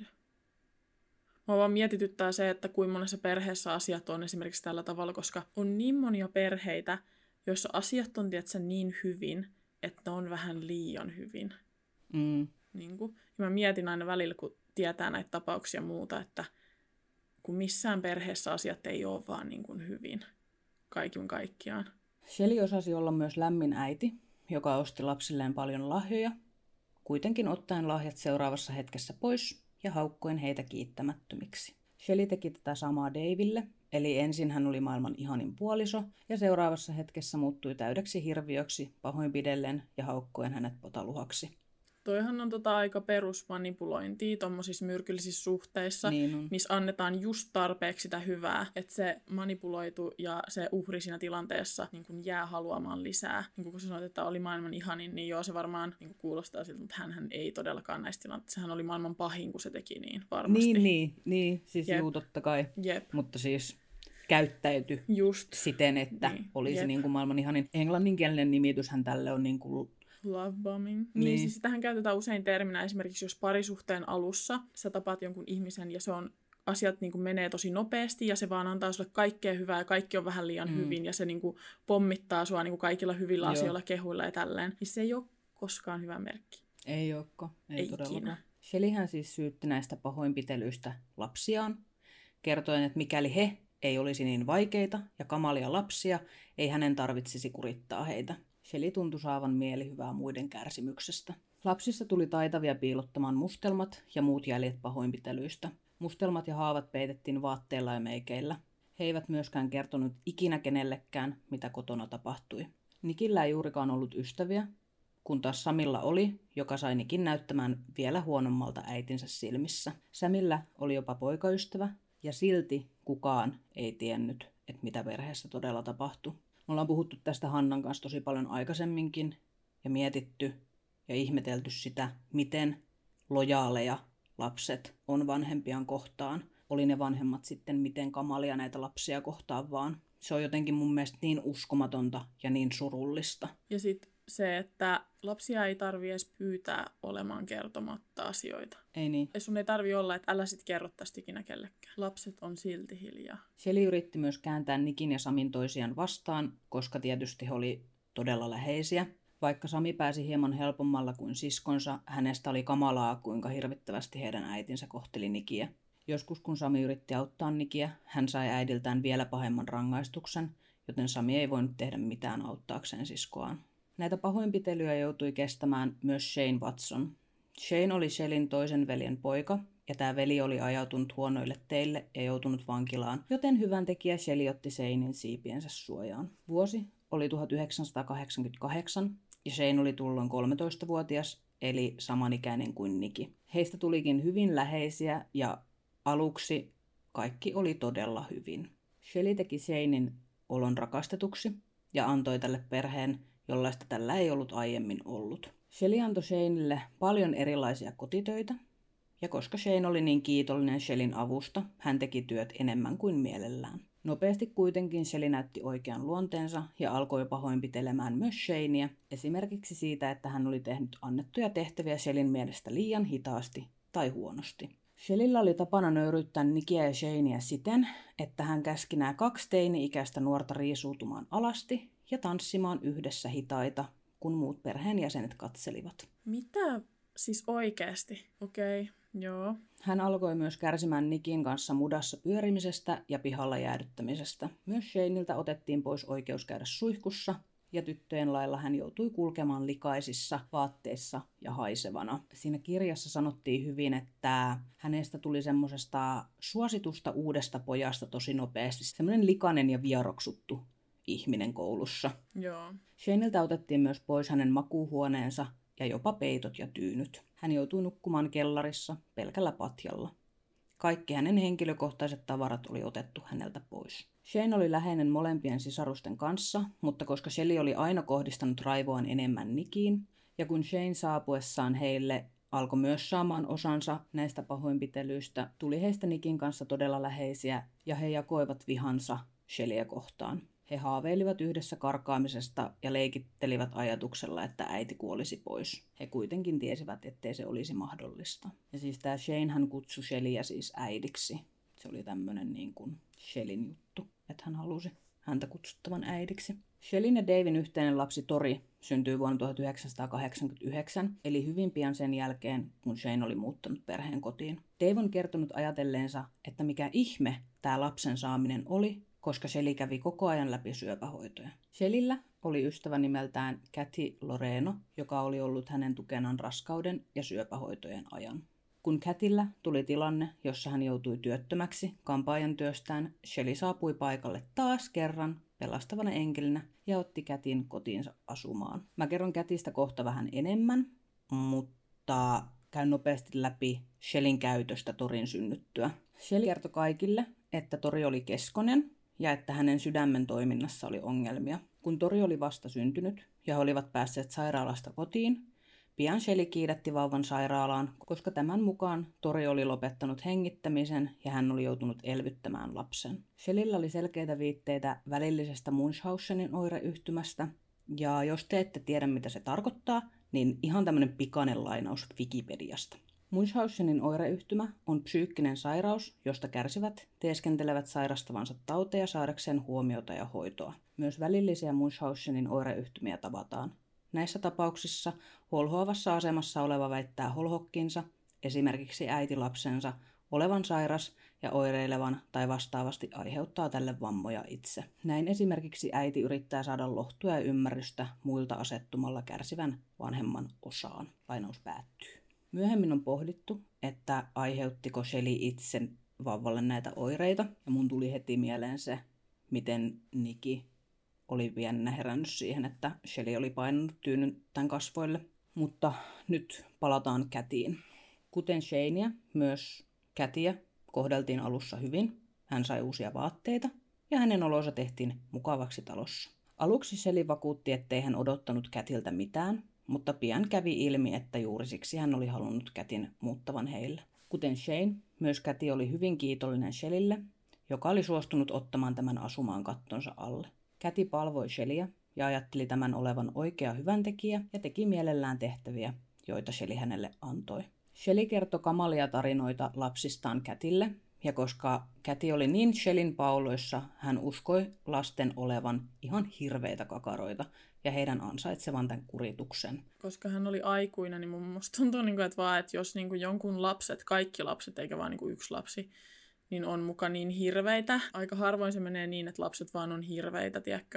Mä vaan mietityttää se, että kuinka monessa perheessä asiat on esimerkiksi tällä tavalla, koska on niin monia perheitä, joissa asiat on tietysti niin hyvin, että on vähän liian hyvin. Mm. Niin kun, ja mä mietin aina välillä, kun tietää näitä tapauksia ja muuta, että kun missään perheessä asiat ei ole vaan niin kuin hyvin kaiken kaikkiaan. Shelley osasi olla myös lämmin äiti, joka osti lapsilleen paljon lahjoja, kuitenkin ottaen lahjat seuraavassa hetkessä pois ja haukkuen heitä kiittämättömiksi. Shelley teki tätä samaa Daville, eli ensin hän oli maailman ihanin puoliso ja seuraavassa hetkessä muuttui täydeksi hirviöksi pahoinpidellen ja haukkuen hänet potaluhaksi. Toihan on tota aika perusmanipulointia tuommoisissa myrkyllisissä suhteissa, niin missä annetaan just tarpeeksi sitä hyvää, että se manipuloitu ja se uhri siinä tilanteessa niin kun jää haluamaan lisää. Niin kun sä sanoit, että oli maailman ihanin, niin joo, se varmaan niin kuulostaa siltä, mutta hänhän ei todellakaan näistä tilanteista. Sehän oli maailman pahin, kun se teki niin varmasti. Niin, niin, niin. siis Jep. juu, totta kai. Jep. Mutta siis käyttäytyi just siten, että niin. olisi niin kuin maailman ihanin. Englanninkielinen nimityshän tälle on niin kuin love bombing. Niin, Niin. siis sitähän käytetään usein terminä esimerkiksi, jos parisuhteen alussa sä tapaat jonkun ihmisen ja se on, asiat niin kuin menee tosi nopeasti ja se vaan antaa sulle kaikkea hyvää ja kaikki on vähän liian mm. hyvin ja se niin kuin pommittaa sua niin kuin kaikilla hyvillä Joo. asioilla, kehuilla ja tälleen. Niin se ei ole koskaan hyvä merkki. Ei olekaan, ei, ei todellakaan. Shelleyhän siis syytti näistä pahoinpitelyistä lapsiaan, kertoen, että mikäli he ei olisi niin vaikeita ja kamalia lapsia, ei hänen tarvitsisi kurittaa heitä. Shelley tuntui saavan mielihyvää muiden kärsimyksestä. Lapsissa tuli taitavia piilottamaan mustelmat ja muut jäljet pahoinpitelyistä. Mustelmat ja haavat peitettiin vaatteilla ja meikeillä. He eivät myöskään kertonut ikinä kenellekään, mitä kotona tapahtui. Nikillä ei juurikaan ollut ystäviä, kun taas Samilla oli, joka sai Nikin näyttämään vielä huonommalta äitinsä silmissä. Samilla oli jopa poikaystävä, ja silti kukaan ei tiennyt, että mitä perheessä todella tapahtui. Me ollaan puhuttu tästä Hannan kanssa tosi paljon aikaisemminkin, ja mietitty ja ihmetelty sitä, miten lojaaleja lapset on vanhempiaan kohtaan. Oli ne vanhemmat sitten miten kamalia näitä lapsia kohtaan vaan. Se on jotenkin mun mielestä niin uskomatonta ja niin surullista. Ja sitten se, että lapsia ei tarvi edes pyytää olemaan kertomatta asioita. Ei niin. Ja sun ei tarvi olla, että älä sit kerro tästä ikinä kellekään. Lapset on silti hiljaa. Shelley yritti myös kääntää Nikin ja Samin toisiaan vastaan, koska tietysti he oli todella läheisiä. Vaikka Sami pääsi hieman helpommalla kuin siskonsa, hänestä oli kamalaa, kuinka hirvittävästi heidän äitinsä kohteli Nikiä. Joskus kun Sami yritti auttaa Nikiä, hän sai äidiltään vielä pahemman rangaistuksen, joten Sami ei voinut tehdä mitään auttaakseen siskoaan. Näitä pahoinpitelyjä joutui kestämään myös Shane Watson. Shane oli Shelleyn toisen veljen poika, ja tämä veli oli ajautunut huonoille teille ja joutunut vankilaan, joten hyväntekijä Shelley otti Shanein siipiensä suojaan. Vuosi oli tuhatyhdeksänsataakahdeksankymmentäkahdeksan, ja Shane oli tuolloin kolmetoistavuotias, eli samanikäinen kuin Nikki. Heistä tulikin hyvin läheisiä, ja aluksi kaikki oli todella hyvin. Shelley teki Shanein olon rakastetuksi, ja antoi tälle perheen, jollaista tällä ei ollut aiemmin ollut. Shelley antoi Shanelle paljon erilaisia kotitöitä, ja koska Shane oli niin kiitollinen Shelleyn avusta, hän teki työt enemmän kuin mielellään. Nopeasti kuitenkin Shelley näytti oikean luonteensa ja alkoi pahoinpitelemään myös Shanea, esimerkiksi siitä, että hän oli tehnyt annettuja tehtäviä Shelleyn mielestä liian hitaasti tai huonosti. Shelleyllä oli tapana nöyryyttää Nickiä ja Shanea siten, että hän käski nämä kaksi teini-ikäistä nuorta riisuutumaan alasti ja tanssimaan yhdessä hitaita, kun muut perheenjäsenet katselivat. Mitä? Siis oikeasti? Okei, okay, joo. Hän alkoi myös kärsimään Nickin kanssa mudassa pyörimisestä ja pihalla jäädyttämisestä. Myös Shaneilta otettiin pois oikeus käydä suihkussa, ja tyttöjen lailla hän joutui kulkemaan likaisissa vaatteissa ja haisevana. Siinä kirjassa sanottiin hyvin, että hänestä tuli semmoisesta suositusta uudesta pojasta tosi nopeasti. Semmoinen likainen ja vieroksuttu ihminen koulussa. Joo. Shaneilta otettiin myös pois hänen makuuhuoneensa ja jopa peitot ja tyynyt. Hän joutui nukkumaan kellarissa pelkällä patjalla. Kaikki hänen henkilökohtaiset tavarat oli otettu häneltä pois. Shane oli läheinen molempien sisarusten kanssa, mutta koska Shelley oli aina kohdistanut raivoaan enemmän Nickiin, ja kun Shane saapuessaan heille alkoi myös saamaan osansa näistä pahoinpitelyistä, tuli heistä Nickin kanssa todella läheisiä, ja he jakoivat vihansa Shelleyä kohtaan. He haaveilivat yhdessä karkaamisesta ja leikittelivät ajatuksella, että äiti kuolisi pois. He kuitenkin tiesivät, ettei se olisi mahdollista. Ja siis tämä Shane hän kutsui Shelleyä siis äidiksi. Se oli tämmöinen niin kuin Shelleyn juttu, että hän halusi häntä kutsuttavan äidiksi. Shelleyn ja Davin yhteinen lapsi Tori syntyi vuonna tuhatyhdeksänsataakahdeksankymmentäyhdeksän, eli hyvin pian sen jälkeen, kun Shane oli muuttanut perheen kotiin. Dave on kertonut ajatelleensa, että mikä ihme tämä lapsen saaminen oli, koska Shelley kävi koko ajan läpi syöpähoitoja. Shelleyllä oli ystävä nimeltään Kathy Loreno, joka oli ollut hänen tukenaan raskauden ja syöpähoitojen ajan. Kun Kathyllä tuli tilanne, jossa hän joutui työttömäksi kampaajan työstään, Shelley saapui paikalle taas kerran pelastavana enkelinä ja otti Kathyn kotiinsa asumaan. Mä kerron Kathystä kohta vähän enemmän, mutta käyn nopeasti läpi Shelleyn käytöstä Torin synnyttyä. Shelley kertoi kaikille, että Tori oli keskonen ja että hänen sydämen toiminnassa oli ongelmia. Kun Tori oli vasta syntynyt ja he olivat päässeet sairaalasta kotiin, pian Shelley kiidätti vauvan sairaalaan, koska tämän mukaan Tori oli lopettanut hengittämisen ja hän oli joutunut elvyttämään lapsen. Shelleyllä oli selkeitä viitteitä välillisestä Munchausenin oireyhtymästä, ja jos te ette tiedä mitä se tarkoittaa, niin ihan tämmöinen pikainen lainaus Wikipediasta. Munchausenin oireyhtymä on psyykkinen sairaus, josta kärsivät teeskentelevät sairastavansa tauteja saadakseen huomiota ja hoitoa. Myös välillisiä Munchausenin oireyhtymiä tavataan. Näissä tapauksissa holhoavassa asemassa oleva väittää holhokkinsa esimerkiksi äiti lapsensa olevan sairas ja oireilevan tai vastaavasti aiheuttaa tälle vammoja itse. Näin esimerkiksi äiti yrittää saada lohtua ja ymmärrystä muilta asettumalla kärsivän vanhemman osaan. Lainaus päättyy. Myöhemmin on pohdittu, että aiheuttiko Shelley itse vauvalle näitä oireita. Ja mun tuli heti mieleen se, miten Nikki oli pienenä herännyt siihen, että Shelley oli painanut tyynyn tämän kasvoille. Mutta nyt palataan Kätiin. Kuten Shanea, myös Kätiä kohdeltiin alussa hyvin. Hän sai uusia vaatteita ja hänen olonsa tehtiin mukavaksi talossa. Aluksi Shelley vakuutti, ettei hän odottanut Kätiltä mitään, mutta pian kävi ilmi, että juuri siksi hän oli halunnut Kätin muuttavan heille. Kuten Shane, myös Käti oli hyvin kiitollinen Shelleylle, joka oli suostunut ottamaan tämän asumaan kattonsa alle. Käti palvoi Shelleyä ja ajatteli tämän olevan oikea hyväntekijä ja teki mielellään tehtäviä, joita Shelley hänelle antoi. Shelley kertoi kamalia tarinoita lapsistaan Kätille, ja koska Käti oli niin Shelleyn pauloissa, hän uskoi lasten olevan ihan hirveitä kakaroita ja heidän ansaitsevan tämän kurituksen. Koska hän oli aikuinen, niin mun musta tuntuu, että, vaan, että jos jonkun lapset, kaikki lapset eikä vaan yksi lapsi, niin on muka niin hirveitä. Aika harvoin se menee niin, että lapset vaan on hirveitä, tiedätkö?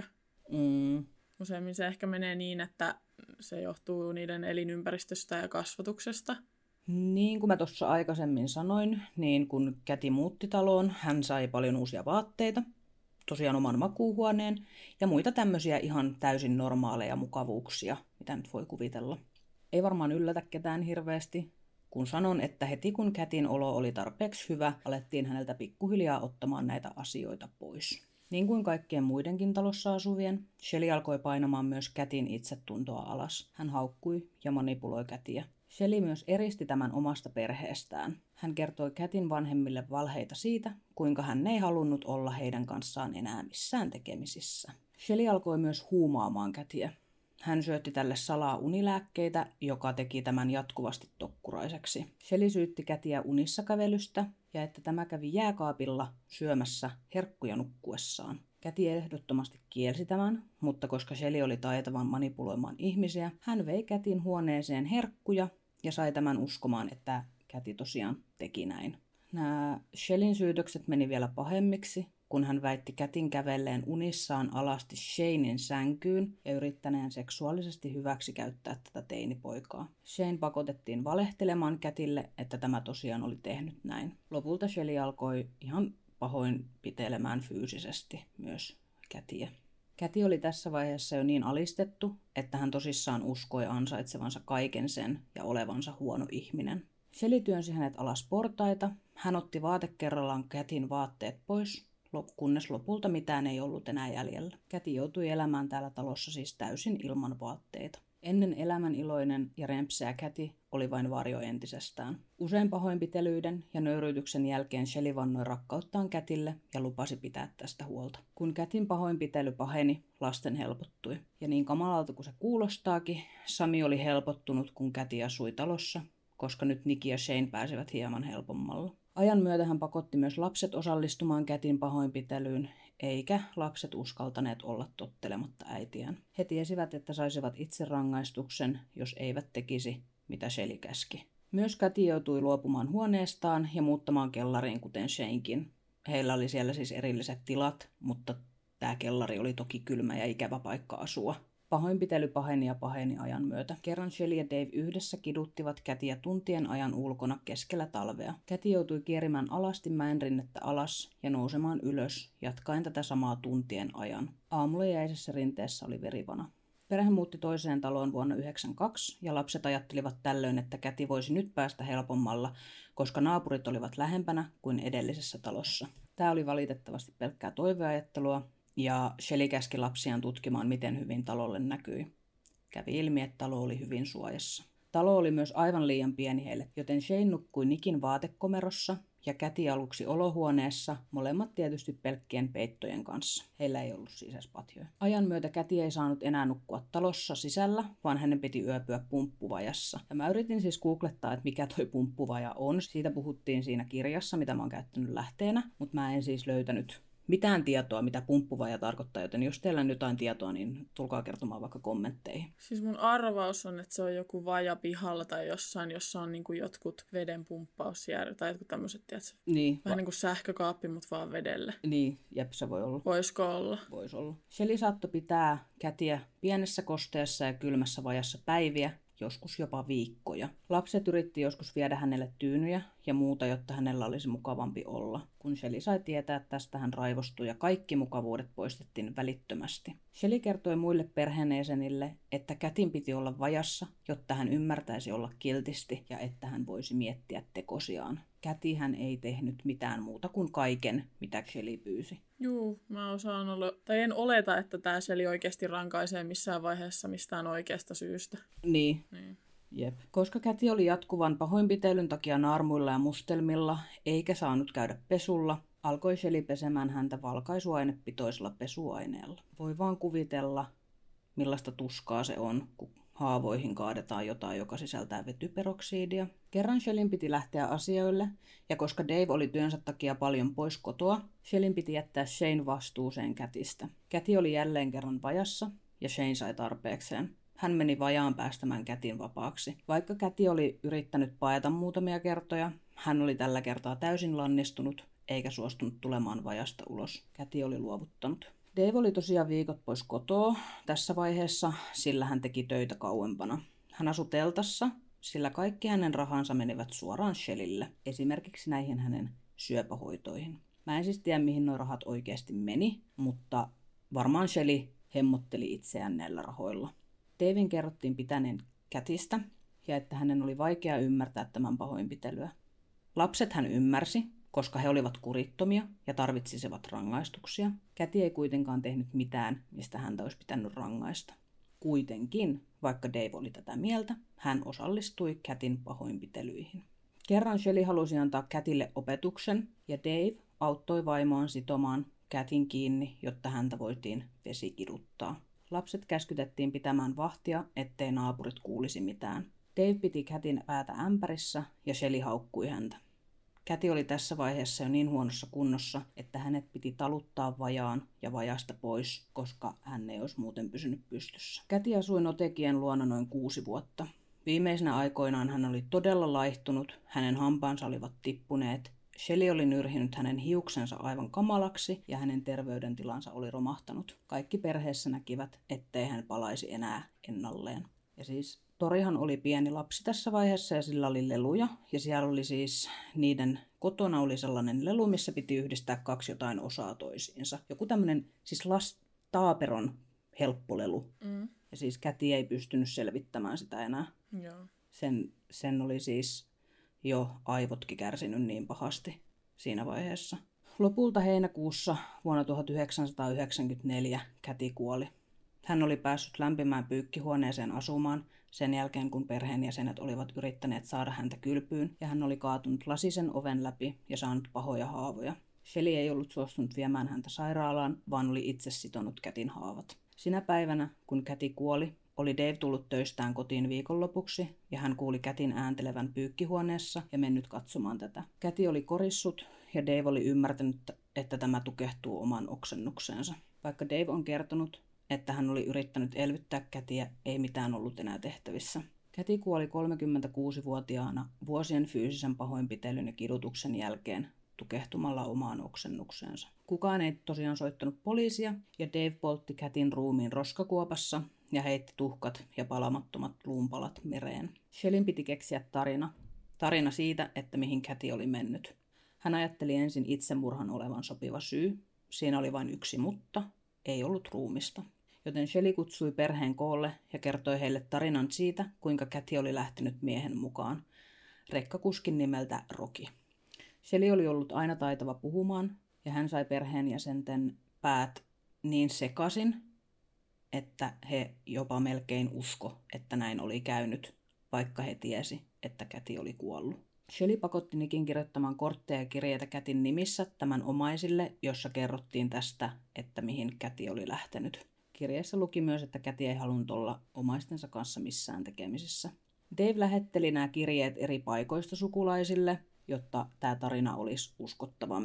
Mm. Useimmin se ehkä menee niin, että se johtuu niiden elinympäristöstä ja kasvatuksesta. Niin kuin mä tuossa aikaisemmin sanoin, niin kun Käti muutti taloon, hän sai paljon uusia vaatteita, tosiaan oman makuuhuoneen ja muita tämmöisiä ihan täysin normaaleja mukavuuksia, mitä nyt voi kuvitella. Ei varmaan yllätä ketään hirveästi, kun sanon, että heti kun Kätin olo oli tarpeeksi hyvä, alettiin häneltä pikkuhiljaa ottamaan näitä asioita pois. Niin kuin kaikkien muidenkin talossa asuvien, Shelley alkoi painamaan myös Kätin itsetuntoa alas. Hän haukkui ja manipuloi Kätiä. Shelley myös eristi tämän omasta perheestään. Hän kertoi Kätin vanhemmille valheita siitä, kuinka hän ei halunnut olla heidän kanssaan enää missään tekemisissä. Shelley alkoi myös huumaamaan Kätiä. Hän syötti tälle salaa unilääkkeitä, joka teki tämän jatkuvasti tokkuraiseksi. Shelley syytti Kätiä unissa kävelystä ja että tämä kävi jääkaapilla syömässä herkkuja nukkuessaan. Käti ehdottomasti kielsi tämän, mutta koska Shelley oli taitavan manipuloimaan ihmisiä, hän vei Kätin huoneeseen herkkuja ja sai tämän uskomaan, että Käti tosiaan teki näin. Nämä Shelleyn syytökset meni vielä pahemmiksi, kun hän väitti Kätin kävelleen unissaan alasti Shanen sänkyyn ja yrittäneen seksuaalisesti hyväksikäyttää tätä teinipoikaa. Shane pakotettiin valehtelemaan Kätille, että tämä tosiaan oli tehnyt näin. Lopulta Shelley alkoi ihan pahoin pitelemään fyysisesti myös Kätiä. Käti oli tässä vaiheessa jo niin alistettu, että hän tosissaan uskoi ansaitsevansa kaiken sen ja olevansa huono ihminen. Shelley työnsi hänet alas portaita, hän otti vaate kerrallaan Kätin vaatteet pois, kunnes lopulta mitään ei ollut enää jäljellä. Käti joutui elämään täällä talossa siis täysin ilman vaatteita. Ennen elämän iloinen ja rempseä Käti oli vain varjo entisestään. Usein pahoinpitelyiden ja nöyryytyksen jälkeen Shelley vannoi rakkauttaan Kätille ja lupasi pitää tästä huolta. Kun Kätin pahoinpitely paheni, lasten helpottui. Ja niin kamalalta kuin se kuulostaakin, Sami oli helpottunut, kun Käti asui talossa, koska nyt Nikki ja Shane pääsivät hieman helpommalla. Ajan myötä hän pakotti myös lapset osallistumaan Kätin pahoinpitelyyn, eikä lapset uskaltaneet olla tottelematta äitiään. He tiesivät, että saisivat itse rangaistuksen, jos eivät tekisi, mitä Shelley käski. Myös Käti joutui luopumaan huoneestaan ja muuttamaan kellariin, kuten Shanekin. Heillä oli siellä siis erilliset tilat, mutta tämä kellari oli toki kylmä ja ikävä paikka asua. Pahoinpitely paheni ja paheni ajan myötä. Kerran Shelley ja Dave yhdessä kiduttivat Kätiä tuntien ajan ulkona keskellä talvea. Käti joutui kierimään alasti mäenrinnettä alas ja nousemaan ylös, jatkaen tätä samaa tuntien ajan. Aamulla jäisessä rinteessä oli verivana. Perhe muutti toiseen taloon vuonna yhdeksänkymmentäkaksi ja lapset ajattelivat tällöin, että Käti voisi nyt päästä helpommalla, koska naapurit olivat lähempänä kuin edellisessä talossa. Tämä oli valitettavasti pelkkää toiveajattelua. Ja Shelley käski lapsiaan tutkimaan, miten hyvin talolle näkyi. Kävi ilmi, että talo oli hyvin suojassa. Talo oli myös aivan liian pieni heille, joten Shane nukkui Nickin vaatekomerossa ja Käti aluksi olohuoneessa, molemmat tietysti pelkkien peittojen kanssa. Heillä ei ollut siis edes patjoja. Ajan myötä Käti ei saanut enää nukkua talossa sisällä, vaan hänen piti yöpyä pumppuvajassa. Ja mä yritin siis googlettaa, että mikä toi pumppuvaja on. Siitä puhuttiin siinä kirjassa, mitä mä oon käyttänyt lähteenä, mutta mä en siis löytänyt mitään tietoa, mitä pumppuvaja tarkoittaa, joten jos teillä on jotain tietoa, niin tulkaa kertomaan vaikka kommentteihin. Siis mun arvaus on, että se on joku vaja pihalla tai jossain, jossa on niinku jotkut veden pumppausjärjestelmät tai jotkut tämmöiset, tiedätkö? Niin. Vähän niin kuin sähkökaappi, mutta vaan vedelle. Niin, jep, se voi olla. Voisiko olla? Voisi olla. Shelley saattoi pitää Katyä pienessä kosteessa ja kylmässä vajassa päiviä, joskus jopa viikkoja. Lapset yritti joskus viedä hänelle tyynyjä ja muuta, jotta hänellä olisi mukavampi olla. Kun Shelley sai tietää, että tästä hän raivostui ja kaikki mukavuudet poistettiin välittömästi. Shelley kertoi muille perheenjäsenille, että Katyn piti olla vajassa, jotta hän ymmärtäisi olla kiltisti ja että hän voisi miettiä tekosiaan. Katy hän ei tehnyt mitään muuta kuin kaiken, mitä Shelley pyysi. Juu, mä osaan olla, tai en oleta, että tää Shelley oikeasti rankaisee missään vaiheessa mistään oikeasta syystä. Niin. Niin. Jep. Koska Katy oli jatkuvan pahoinpitelyn takia naarmuilla ja mustelmilla, eikä saanut käydä pesulla, alkoi Shelley pesemään häntä valkaisuainepitoisella pesuaineella. Voi vaan kuvitella, millaista tuskaa se on, kun haavoihin kaadetaan jotain, joka sisältää vetyperoksidia. Kerran Shelleyn piti lähteä asioille, ja koska Dave oli työnsä takia paljon pois kotoa, Shelleyn piti jättää Shane vastuuseen Katystä. Katy oli jälleen kerran vajassa, ja Shane sai tarpeekseen. Hän meni vajaan päästämään Katyn vapaaksi. Vaikka Katy oli yrittänyt paeta muutamia kertoja, hän oli tällä kertaa täysin lannistunut, eikä suostunut tulemaan vajasta ulos. Katy oli luovuttanut. Dave oli tosiaan viikot pois kotoa tässä vaiheessa, sillä hän teki töitä kauempana. Hän asui teltassa, sillä kaikki hänen rahansa menivät suoraan Shelleylle, esimerkiksi näihin hänen syöpähoitoihin. Mä en siis tiedä, mihin nuo rahat oikeasti meni, mutta varmaan Shelley hemmotteli itseään näillä rahoilla. Daven kerrottiin pitäneen Katystä ja että hänen oli vaikea ymmärtää tämän pahoinpitelyä. Lapset hän ymmärsi, koska he olivat kurittomia ja tarvitsisivat rangaistuksia. Katy ei kuitenkaan tehnyt mitään, mistä häntä olisi pitänyt rangaista. Kuitenkin, vaikka Dave oli tätä mieltä, hän osallistui Katyn pahoinpitelyihin. Kerran Shelley halusi antaa Katylle opetuksen ja Dave auttoi vaimoaan sitomaan Katyn kiinni, jotta häntä voitiin vesikiduttaa. Lapset käskytettiin pitämään vahtia, ettei naapurit kuulisi mitään. Dave piti Katyn päätä ämpärissä ja Shelley haukkui häntä. Katy oli tässä vaiheessa jo niin huonossa kunnossa, että hänet piti taluttaa vajaan ja vajasta pois, koska hän ei olisi muuten pysynyt pystyssä. Katy asui Notekien luona noin kuusi vuotta. Viimeisenä aikoinaan hän oli todella laihtunut, hänen hampaansa olivat tippuneet, Shelley oli nyrhinyt hänen hiuksensa aivan kamalaksi ja hänen terveydentilansa oli romahtanut. Kaikki perheessä näkivät, ettei hän palaisi enää ennalleen. Ja siis Torihan oli pieni lapsi tässä vaiheessa ja sillä oli leluja. Ja siellä oli siis niiden kotona oli sellainen lelu, missä piti yhdistää kaksi jotain osaa toisiinsa. Joku tämmöinen siis las taaperon helppolelu. Mm. Ja siis Katy ei pystynyt selvittämään sitä enää. Joo. Sen, sen oli siis jo aivotkin kärsinyt niin pahasti siinä vaiheessa. Lopulta heinäkuussa vuonna tuhatyhdeksänsataayhdeksänkymmentäneljä Katy kuoli. Hän oli päässyt lämpimään pyykkihuoneeseen asumaan sen jälkeen, kun perheenjäsenet olivat yrittäneet saada häntä kylpyyn, ja hän oli kaatunut lasisen oven läpi ja saanut pahoja haavoja. Shelley ei ollut suostunut viemään häntä sairaalaan, vaan oli itse sitonut Katyn haavat. Sinä päivänä, kun Katy kuoli, oli Dave tullut töistään kotiin viikonlopuksi, ja hän kuuli Katyn ääntelevän pyykkihuoneessa ja mennyt katsomaan tätä. Katy oli korissut, ja Dave oli ymmärtänyt, että tämä tukehtuu oman oksennukseensa. Vaikka Dave on kertonut, että hän oli yrittänyt elvyttää Katyä, ei mitään ollut enää tehtävissä. Katy kuoli kolmekymmentäkuusivuotiaana vuosien fyysisen pahoinpitelyn ja kidutuksen jälkeen tukehtumalla omaan oksennukseensa. Kukaan ei tosiaan soittanut poliisia, ja Dave poltti Katyn ruumiin roskakuopassa ja heitti tuhkat ja palamattomat luunpalat mereen. Shelleyn piti keksiä tarina. Tarina siitä, että mihin Katy oli mennyt. Hän ajatteli ensin itsemurhan olevan sopiva syy. Siinä oli vain yksi mutta, ei ollut ruumista. Joten Shelley kutsui perheen koolle ja kertoi heille tarinan siitä, kuinka Katy oli lähtenyt miehen mukaan, rekkakuskin nimeltä Rocky. Shelley oli ollut aina taitava puhumaan, ja hän sai perheenjäsenten päät niin sekaisin, että he jopa melkein usko, että näin oli käynyt, vaikka he tiesi, että Katy oli kuollut. Shelley pakotti Nickin kirjoittamaan kortteja ja kirjeitä Katyn nimissä tämän omaisille, jossa kerrottiin tästä, että mihin Katy oli lähtenyt. Kirjeessä luki myös, että Katy ei halunnut olla omaistensa kanssa missään tekemisissä. Dave lähetteli nämä kirjeet eri paikoista sukulaisille, jotta tämä tarina olisi uskottavampi.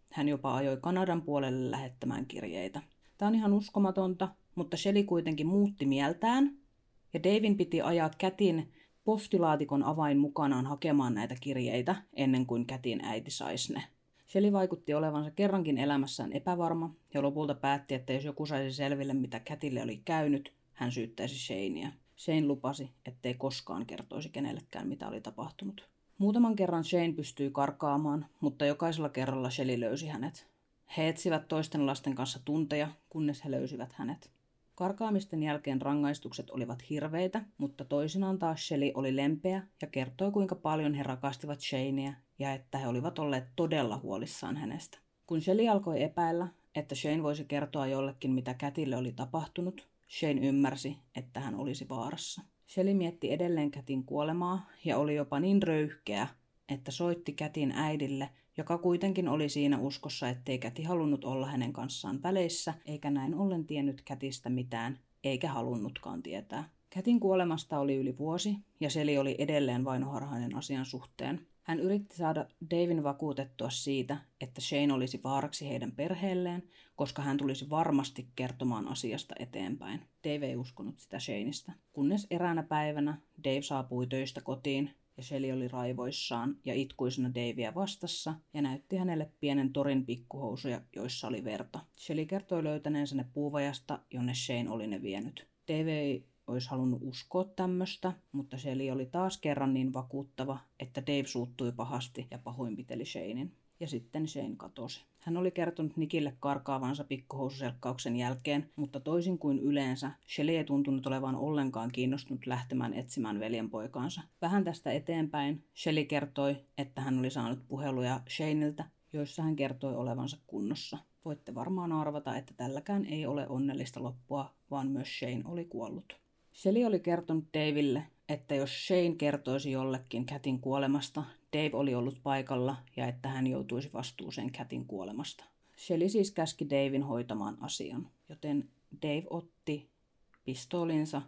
Hän jopa ajoi Kanadan puolelle lähettämään kirjeitä. Tämä on ihan uskomatonta, mutta Shelley kuitenkin muutti mieltään, ja Davin piti ajaa Catin postilaatikon avain mukanaan hakemaan näitä kirjeitä ennen kuin Catin äiti saisi ne. Shelley vaikutti olevansa kerrankin elämässään epävarma ja lopulta päätti, että jos joku saisi selville, mitä Catille oli käynyt, hän syyttäisi Shanea. Shane lupasi, ettei koskaan kertoisi kenellekään, mitä oli tapahtunut. Muutaman kerran Shane pystyi karkaamaan, mutta jokaisella kerralla Shelley löysi hänet. He etsivät toisten lasten kanssa tunteja, kunnes he löysivät hänet. Karkaamisten jälkeen rangaistukset olivat hirveitä, mutta toisinaan taas Shelley oli lempeä ja kertoi, kuinka paljon he rakastivat Shanea ja että he olivat olleet todella huolissaan hänestä. Kun Shelley alkoi epäillä, että Shane voisi kertoa jollekin, mitä Catille oli tapahtunut, Shane ymmärsi, että hän olisi vaarassa. Shelley mietti edelleen Catin kuolemaa ja oli jopa niin röyhkeä, että soitti Catin äidille, joka kuitenkin oli siinä uskossa, ettei Cat halunnut olla hänen kanssaan väleissä, eikä näin ollen tiennyt Catista mitään, eikä halunnutkaan tietää. Catin kuolemasta oli yli vuosi, ja Shelley oli edelleen vainoharhainen asian suhteen. Hän yritti saada Davin vakuutettua siitä, että Shane olisi vaaraksi heidän perheelleen, koska hän tulisi varmasti kertomaan asiasta eteenpäin. Dave ei uskonut sitä Shaneista. Kunnes eräänä päivänä Dave saapui töistä kotiin, ja Shelley oli raivoissaan ja itkuisena Davea vastassa ja näytti hänelle pienen torin pikkuhousuja, joissa oli verta. Shelley kertoi löytäneensä ne puuvajasta, jonne Shane oli ne vienyt. Dave ei olisi halunnut uskoa tämmöstä, mutta Shelley oli taas kerran niin vakuuttava, että Dave suuttui pahasti ja pahoinpiteli Shanen. Ja sitten Shane katosi. Hän oli kertonut Nickille karkaavansa pikkuhoususelkkauksen jälkeen, mutta toisin kuin yleensä, Shelley ei tuntunut olevan ollenkaan kiinnostunut lähtemään etsimään veljenpoikaansa. Vähän tästä eteenpäin Shelley kertoi, että hän oli saanut puheluja Shaneltä, joissa hän kertoi olevansa kunnossa. Voitte varmaan arvata, että tälläkään ei ole onnellista loppua, vaan myös Shane oli kuollut. Shelley oli kertonut Daville, että jos Shane kertoisi jollekin Catin kuolemasta, Dave oli ollut paikalla ja että hän joutuisi vastuuseen Catin kuolemasta. Shelley siis käski Davin hoitamaan asian, joten Dave otti pistoolinsa,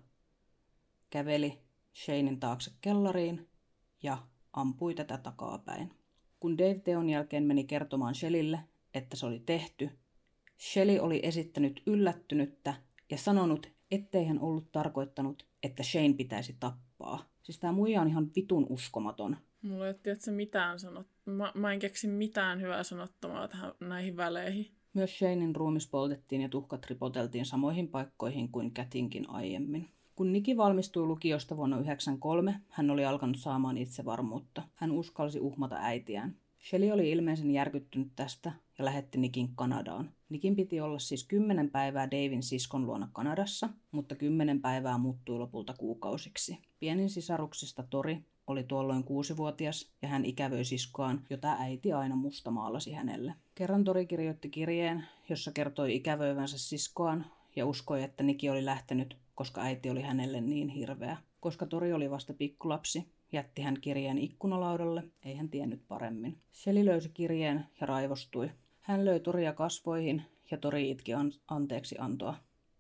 käveli Shanen taakse kellariin ja ampui tätä takapäin. Kun Dave teon jälkeen meni kertomaan Shelleylle, että se oli tehty, Shelley oli esittänyt yllättynyttä ja sanonut, ettei hän ollut tarkoittanut, että Shane pitäisi tappaa. Siis tää muija on ihan vitun uskomaton. Mulla ei tiedä mitään sanot. Mä, mä en keksi mitään hyvää sanottamaa tähän näihin väleihin. Myös Shanen ruumis poltettiin ja tuhkat ripoteltiin samoihin paikkoihin kuin Catinkin aiemmin. Kun Nicky valmistui lukiosta vuonna yhdeksänkymmentäkolme, hän oli alkanut saamaan itsevarmuutta. Hän uskalsi uhmata äitiään. Shelley oli ilmeisen järkyttynyt tästä ja lähetti Nickin Kanadaan. Nickin piti olla siis kymmenen päivää Davin siskon luona Kanadassa, mutta kymmenen päivää muuttui lopulta kuukausiksi. Pienin sisaruksista Tori oli tuolloin kuusivuotias ja hän ikävöi siskoaan, jota äiti aina mustamaalasi hänelle. Kerran Tori kirjoitti kirjeen, jossa kertoi ikävöivänsä siskoaan ja uskoi, että Nicky oli lähtenyt, koska äiti oli hänelle niin hirveä. Koska Tori oli vasta pikkulapsi, jätti hän kirjeen ikkunalaudalle, ei hän tiennyt paremmin. Shelley löysi kirjeen ja raivostui. Hän löi Toria kasvoihin ja Tori itki an- anteeksi antoa.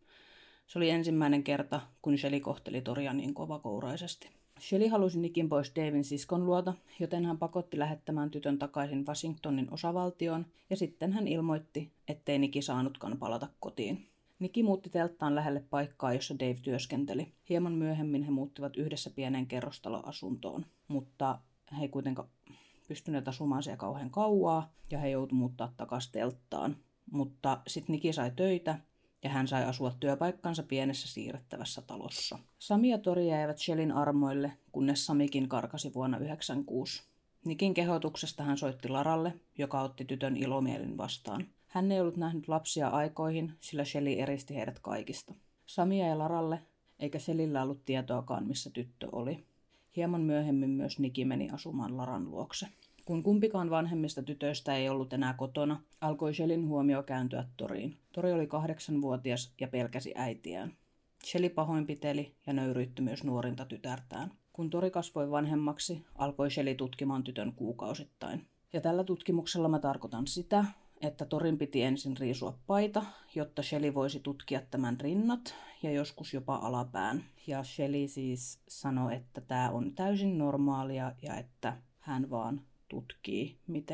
Se oli ensimmäinen kerta, kun Shelley kohteli Toria niin kovakouraisesti. Shelley halusi Nickin pois Davin siskon luota, joten hän pakotti lähettämään tytön takaisin Washingtonin osavaltioon ja sitten hän ilmoitti, ettei Nicky saanutkaan palata kotiin. Nicky muutti telttaan lähelle paikkaa, jossa Dave työskenteli. Hieman myöhemmin he muuttivat yhdessä pieneen kerrostaloasuntoon, mutta he ei kuitenkaan pystyneet asumaan siellä kauhean kauaa ja he joutuivat muuttaa takaisin telttaan. Mutta sitten Nicky sai töitä ja hän sai asua työpaikkansa pienessä siirrettävässä talossa. Sami ja Tori jäivät Shelleyn armoille, kunnes Samikin karkasi vuonna yhdeksänkymmentäkuusi. Nikin kehotuksesta hän soitti Laralle, joka otti tytön ilomielin vastaan. Hän ei ollut nähnyt lapsia aikoihin, sillä Shelley eristi heidät kaikista. Samia ja Laralle, eikä Shelleyllä ollut tietoakaan, missä tyttö oli. Hieman myöhemmin myös Nicky meni asumaan Laran luokse. Kun kumpikaan vanhemmista tytöistä ei ollut enää kotona, alkoi Shelleyn huomio kääntyä Toriin. Tori oli kahdeksanvuotias ja pelkäsi äitiään. Shelley pahoinpiteli ja nöyryytti myös nuorinta tytärtään. Kun Tori kasvoi vanhemmaksi, alkoi Shelley tutkimaan tytön kuukausittain. Ja tällä tutkimuksella mä tarkoitan sitä, että Torin piti ensin riisua paita, jotta Shelley voisi tutkia tämän rinnat ja joskus jopa alapään. Ja Shelley siis sanoi, että tämä on täysin normaalia ja että hän vaan tutkii, miten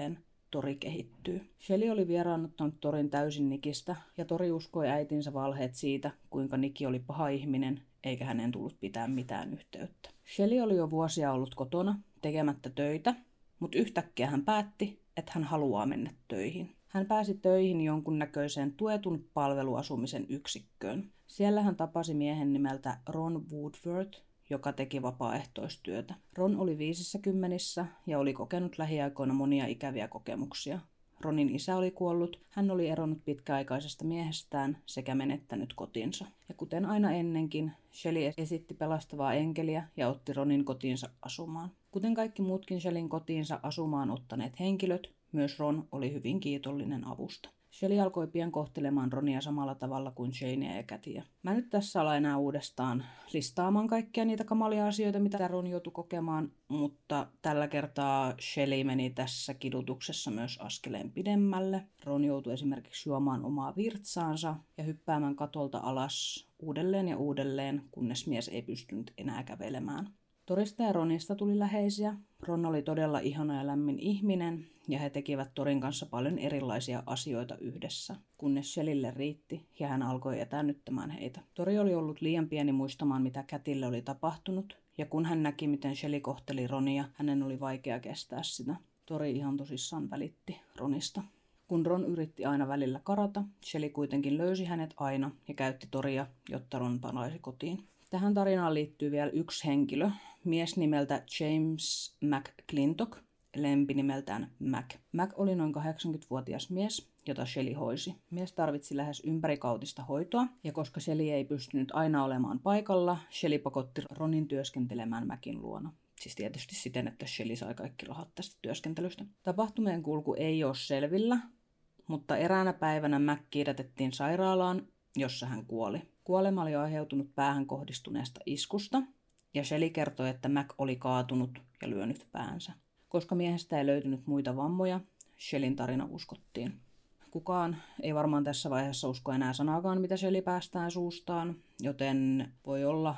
Tori kehittyy. Shelley oli vieraannuttanut Torin täysin Nickistä, ja Tori uskoi äitinsä valheet siitä, kuinka Nick oli paha ihminen, eikä hänen tullut pitää mitään yhteyttä. Shelley oli jo vuosia ollut kotona, tekemättä töitä, mutta yhtäkkiä hän päätti, että hän haluaa mennä töihin. Hän pääsi töihin jonkunnäköiseen tuetun palveluasumisen yksikköön. Siellä hän tapasi miehen nimeltä Ron Woodworth, joka teki vapaaehtoistyötä. Ron oli viisissä kymmenissä ja oli kokenut lähiaikoina monia ikäviä kokemuksia. Ronin isä oli kuollut, hän oli eronnut pitkäaikaisesta miehestään sekä menettänyt kotinsa. Ja kuten aina ennenkin, Shelley esitti pelastavaa enkeliä ja otti Ronin kotiinsa asumaan. Kuten kaikki muutkin Shelleyn kotiinsa asumaan ottaneet henkilöt, myös Ron oli hyvin kiitollinen avusta. Shelley alkoi pian kohtelemaan Ronia samalla tavalla kuin Shanea ja Katia. Mä nyt tässä ala enää uudestaan listaamaan kaikkia niitä kamalia asioita, mitä Ron joutui kokemaan, mutta tällä kertaa Shelley meni tässä kidutuksessa myös askeleen pidemmälle. Ron joutui esimerkiksi juomaan omaa virtsaansa ja hyppäämään katolta alas uudelleen ja uudelleen, kunnes mies ei pystynyt enää kävelemään. Torista ja Ronista tuli läheisiä. Ron oli todella ihana ja lämmin ihminen, ja he tekivät Torin kanssa paljon erilaisia asioita yhdessä, kunnes Shelleylle riitti, ja hän alkoi etäännyttämään heitä. Tori oli ollut liian pieni muistamaan, mitä Katille oli tapahtunut, ja kun hän näki, miten Shelley kohteli Ronia, hänen oli vaikea kestää sitä. Tori ihan tosissaan välitti Ronista. Kun Ron yritti aina välillä karata, Shelley kuitenkin löysi hänet aina ja käytti Toria, jotta Ron palaisi kotiin. Tähän tarinaan liittyy vielä yksi henkilö, mies nimeltä James McClintock, lempinimeltään Mac. Mac oli noin kahdeksankymmentävuotias mies, jota Shelley hoisi. Mies tarvitsi lähes ympärikautista hoitoa, ja koska Shelley ei pystynyt aina olemaan paikalla, Shelley pakotti Ronin työskentelemään Macin luona. Siis tietysti siten, että Shelley sai kaikki rahat tästä työskentelystä. Tapahtumien kulku ei ole selvillä, mutta eräänä päivänä Mac kiidätettiin sairaalaan, jossa hän kuoli. Kuolema oli aiheutunut päähän kohdistuneesta iskusta, ja Shelley kertoi, että Mac oli kaatunut ja lyönyt päänsä. Koska miehestä ei löytynyt muita vammoja, Shelleyn tarina uskottiin. Kukaan ei varmaan tässä vaiheessa usko enää sanaakaan, mitä Shelley päästään suustaan, joten voi olla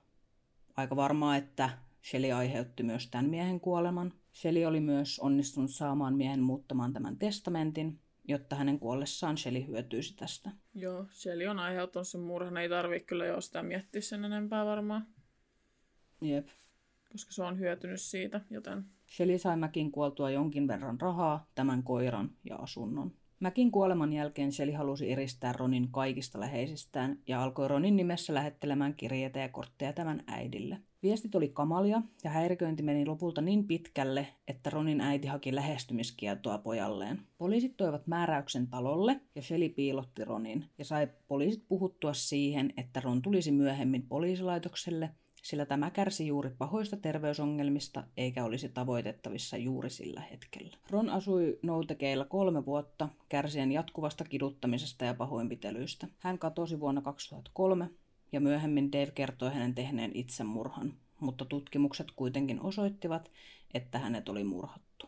aika varmaa, että Shelley aiheutti myös tämän miehen kuoleman. Shelley oli myös onnistunut saamaan miehen muuttamaan tämän testamentin, jotta hänen kuollessaan Shelley hyötyisi tästä. Joo, Shelley on aiheuttanut sen murhan, ei tarvitse kyllä jo sitä miettiä sen enempää varmaan. Jep. Koska se on hyötynyt siitä, joten... Shelley sai Macin kuoltua jonkin verran rahaa, tämän koiran ja asunnon. Macin kuoleman jälkeen Shelley halusi eristää Ronin kaikista läheisistään ja alkoi Ronin nimessä lähettelemään kirjeitä ja kortteja tämän äidille. Viestit oli kamalia ja häiriköinti meni lopulta niin pitkälle, että Ronin äiti haki lähestymiskieltoa pojalleen. Poliisit toivat määräyksen talolle ja Shelley piilotti Ronin ja sai poliisit puhuttua siihen, että Ron tulisi myöhemmin poliisilaitokselle, sillä tämä kärsi juuri pahoista terveysongelmista eikä olisi tavoitettavissa juuri sillä hetkellä. Ron asui Noutekeilla kolme vuotta kärsien jatkuvasta kiduttamisesta ja pahoinpitelyistä. Hän katosi vuonna kaksituhattakolme ja myöhemmin Dave kertoi hänen tehneen itsemurhan, mutta tutkimukset kuitenkin osoittivat, että hänet oli murhattu.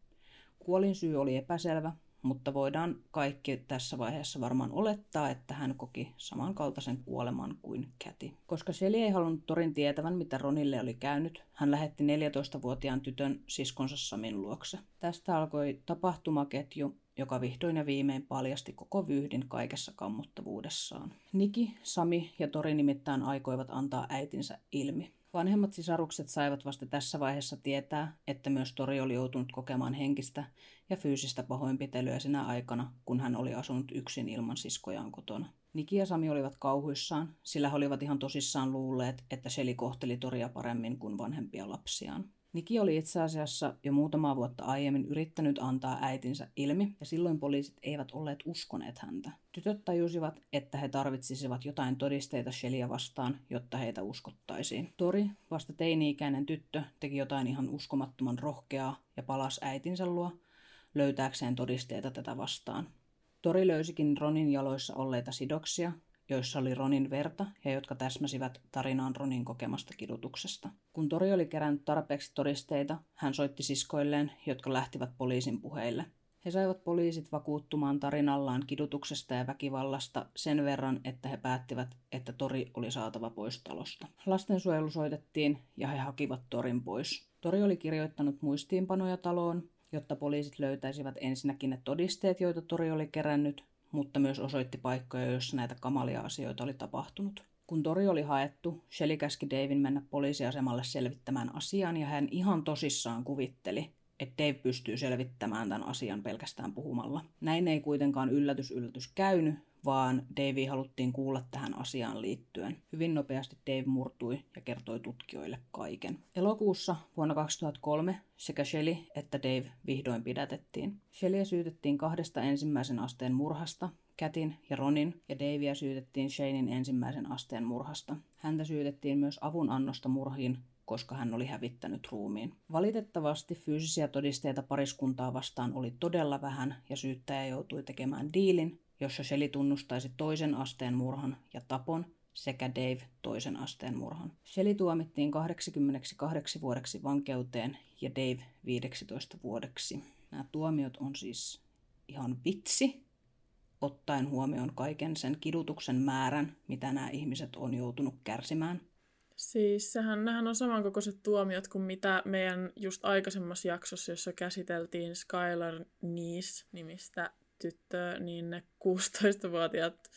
Kuolinsyy oli epäselvä, mutta voidaan kaikki tässä vaiheessa varmaan olettaa, että hän koki samankaltaisen kuoleman kuin Katy. Koska Shelley ei halunnut Torin tietävän, mitä Ronille oli käynyt, hän lähetti neljätoistavuotiaan tytön siskonsa Samin luokse. Tästä alkoi tapahtumaketju, joka vihdoin ja viimein paljasti koko vyyhdin kaikessa kammottavuudessaan. Nikki, Sami ja Tori nimittäin aikoivat antaa äitinsä ilmi. Vanhemmat sisarukset saivat vasta tässä vaiheessa tietää, että myös Tori oli joutunut kokemaan henkistä ja fyysistä pahoinpitelyä sinä aikana, kun hän oli asunut yksin ilman siskojaan kotona. Nikki ja Sami olivat kauhuissaan, sillä he olivat ihan tosissaan luulleet, että Shelley kohteli Toria paremmin kuin vanhempia lapsiaan. Nikki oli itse asiassa jo muutamaa vuotta aiemmin yrittänyt antaa äitinsä ilmi, ja silloin poliisit eivät olleet uskoneet häntä. Tytöt tajusivat, että he tarvitsisivat jotain todisteita Shelleyä vastaan, jotta heitä uskottaisiin. Tori, vasta teini-ikäinen tyttö, teki jotain ihan uskomattoman rohkeaa ja palasi äitinsä luo löytääkseen todisteita tätä vastaan. Tori löysikin Ronin jaloissa olleita sidoksia, joissa oli Ronin verta ja jotka täsmäsivät tarinaan Ronin kokemasta kidutuksesta. Kun Tori oli kerännyt tarpeeksi todisteita, hän soitti siskoilleen, jotka lähtivät poliisin puheille. He saivat poliisit vakuuttumaan tarinallaan kidutuksesta ja väkivallasta sen verran, että he päättivät, että Tori oli saatava pois talosta. Lastensuojelu soitettiin ja he hakivat Torin pois. Tori oli kirjoittanut muistiinpanoja taloon jotta poliisit löytäisivät ensinnäkin ne todisteet, joita Tori oli kerännyt, mutta myös osoitti paikkoja, joissa näitä kamalia asioita oli tapahtunut. Kun Tori oli haettu, Shelley käski Davin mennä poliisiasemalle selvittämään asian ja hän ihan tosissaan kuvitteli, että Dave pystyy selvittämään tämän asian pelkästään puhumalla. Näin ei kuitenkaan yllätys yllätys käynyt, vaan Davea haluttiin kuulla tähän asiaan liittyen. Hyvin nopeasti Dave murtui ja kertoi tutkijoille kaiken. Elokuussa vuonna kaksituhattakolme sekä Shelley että Dave vihdoin pidätettiin. Shelleyä syytettiin kahdesta ensimmäisen asteen murhasta, Catin ja Ronin, ja Davea syytettiin Shanein ensimmäisen asteen murhasta. Häntä syytettiin myös avunannosta murhiin, koska hän oli hävittänyt ruumiin. Valitettavasti fyysisiä todisteita pariskuntaa vastaan oli todella vähän ja syyttäjä joutui tekemään diilin, jossa Shelley tunnustaisi toisen asteen murhan ja tapon sekä Dave toisen asteen murhan. Shelley tuomittiin kaksikymmentäkahdeksan vuodeksi vankeuteen ja Dave viisitoista vuodeksi. Nämä tuomiot on siis ihan vitsi, ottaen huomioon kaiken sen kidutuksen määrän, mitä nämä ihmiset on joutunut kärsimään. Siis sehän, nehän on samankokoiset tuomiot kuin mitä meidän just aikaisemmassa jaksossa, jossa käsiteltiin Skylar Neese-nimistä tyttöä, niin ne kuusitoistavuotiaat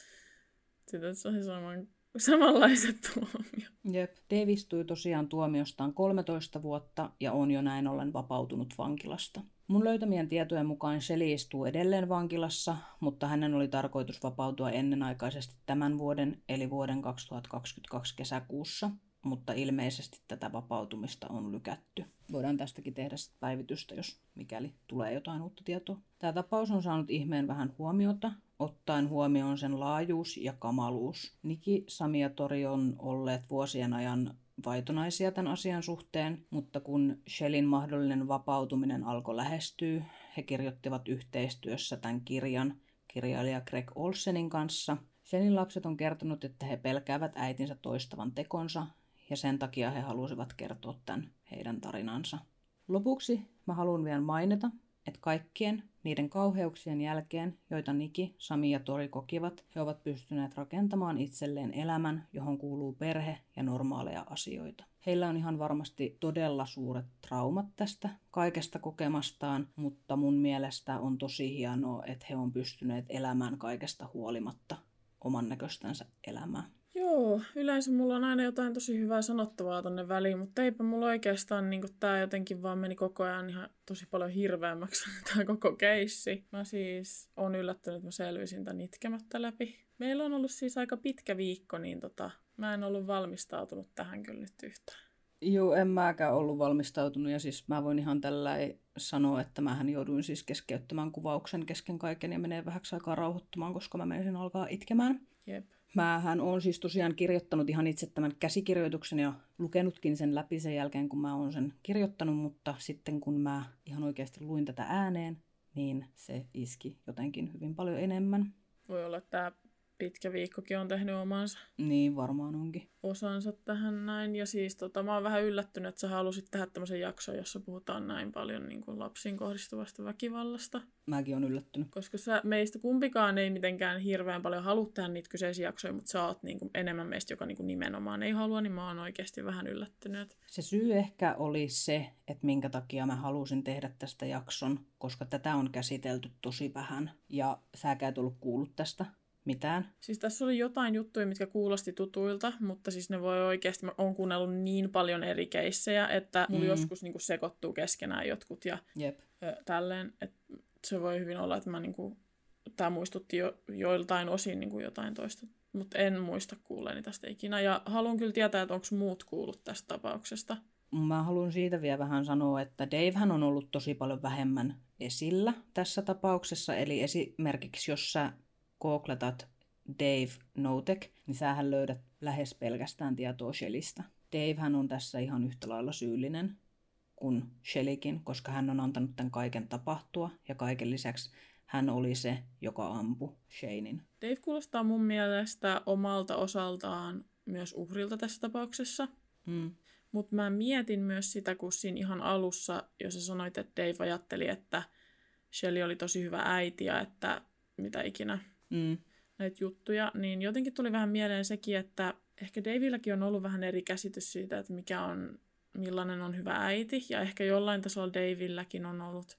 tytöt sai saman, samanlaiset tuomiot. Jep. Dave istui tosiaan tuomiostaan kolmetoista vuotta ja on jo näin ollen vapautunut vankilasta. Mun löytämien tietojen mukaan Shelley istuu edelleen vankilassa, mutta hänen oli tarkoitus vapautua ennenaikaisesti tämän vuoden, eli vuoden kaksituhattakaksikymmentäkaksi kesäkuussa, mutta ilmeisesti tätä vapautumista on lykätty. Voidaan tästäkin tehdä sit päivitystä, jos mikäli tulee jotain uutta tietoa. Tämä tapaus on saanut ihmeen vähän huomiota, ottaen huomioon sen laajuus ja kamaluus. Nikki, Sami ja Tori on olleet vuosien ajan vaitonaisia tämän asian suhteen, mutta kun Shelleyn mahdollinen vapautuminen alkoi lähestyä, he kirjoittivat yhteistyössä tämän kirjan kirjailija Greg Olsenin kanssa. Shelleyn lapset on kertonut, että he pelkäävät äitinsä toistavan tekonsa, ja sen takia he halusivat kertoa tämän heidän tarinansa. Lopuksi mä haluan vielä mainita, että kaikkien niiden kauheuksien jälkeen, joita Nikki, Sami ja Tori kokivat, he ovat pystyneet rakentamaan itselleen elämän, johon kuuluu perhe ja normaaleja asioita. Heillä on ihan varmasti todella suuret traumat tästä kaikesta kokemastaan, mutta mun mielestä on tosi hienoa, että he on pystyneet elämään kaikesta huolimatta oman näköistänsä elämää. Joo, yleensä mulla on aina jotain tosi hyvää sanottavaa tonne väliin, mutta eipä mulla oikeastaan niin tää jotenkin vaan meni koko ajan ihan tosi paljon hirveämmäksi tää koko keissi. Mä siis on yllättynyt, että mä selvisin tän itkemättä läpi. Meillä on ollut siis aika pitkä viikko, niin tota, mä en ollut valmistautunut tähän kyllä nyt yhtään. Joo, en mäkään ollut valmistautunut ja siis mä voin ihan tällä sanoa, että mähän jouduin siis keskeyttämään kuvauksen kesken kaiken ja menee vähäksi aikaa rauhoittumaan, koska mä menisin alkaa itkemään. Jep. Mähän oon siis tosiaan kirjoittanut ihan itse tämän käsikirjoituksen ja lukenutkin sen läpi sen jälkeen, kun mä oon sen kirjoittanut, mutta sitten kun mä ihan oikeasti luin tätä ääneen, niin se iski jotenkin hyvin paljon enemmän. Voi olla, että tämä pitkä viikkokin on tehnyt omansa. Niin, varmaan onkin. Osansa tähän näin. Ja siis tota, mä oon vähän yllättynyt, että sä halusit tehdä tämmöisen jakson, jossa puhutaan näin paljon niin kuin lapsiin kohdistuvasta väkivallasta. Mäkin oon yllättynyt. Koska sä, meistä kumpikaan ei mitenkään hirveän paljon halua tehdä niitä kyseisiä jaksoja, mutta sä oot niin kuin enemmän meistä, joka niin kuin nimenomaan ei halua, niin mä oon oikeasti vähän yllättynyt. Se syy ehkä oli se, että minkä takia mä halusin tehdä tästä jakson, koska tätä on käsitelty tosi vähän ja säkään et ollut kuullut tästä mitään. Siis tässä oli jotain juttuja, mitkä kuulosti tutuilta, mutta siis ne voi oikeasti, mä oon kuunnellut niin paljon eri keissejä, että mulla mm. joskus niinku sekoittuu keskenään jotkut ja Jep. Ö, tälleen, että se voi hyvin olla, että mä niinku, tää muistutti jo, joiltain osin niinku jotain toista, mutta en muista kuulleeni tästä ikinä ja haluan kyllä tietää, että onko muut kuullut tästä tapauksesta. Mä haluan siitä vielä vähän sanoa, että Davehän on ollut tosi paljon vähemmän esillä tässä tapauksessa, eli esimerkiksi jos sä googletat Dave Notek, niin sähän löydät lähes pelkästään tietoa Shelleystä. Davehän on tässä ihan yhtä lailla syyllinen kuin Shelleykin, koska hän on antanut tämän kaiken tapahtua ja kaiken lisäksi hän oli se, joka ampui Shanein. Dave kuulostaa mun mielestä omalta osaltaan myös uhrilta tässä tapauksessa. Mm. Mutta mä mietin myös sitä, kun siinä ihan alussa, jos sä sanoit, että Dave ajatteli, että Shelley oli tosi hyvä äiti ja että mitä ikinä Mm. näitä juttuja, niin jotenkin tuli vähän mieleen sekin, että ehkä Davilläkin on ollut vähän eri käsitys siitä, että mikä on, millainen on hyvä äiti, ja ehkä jollain tasolla Davilläkin on ollut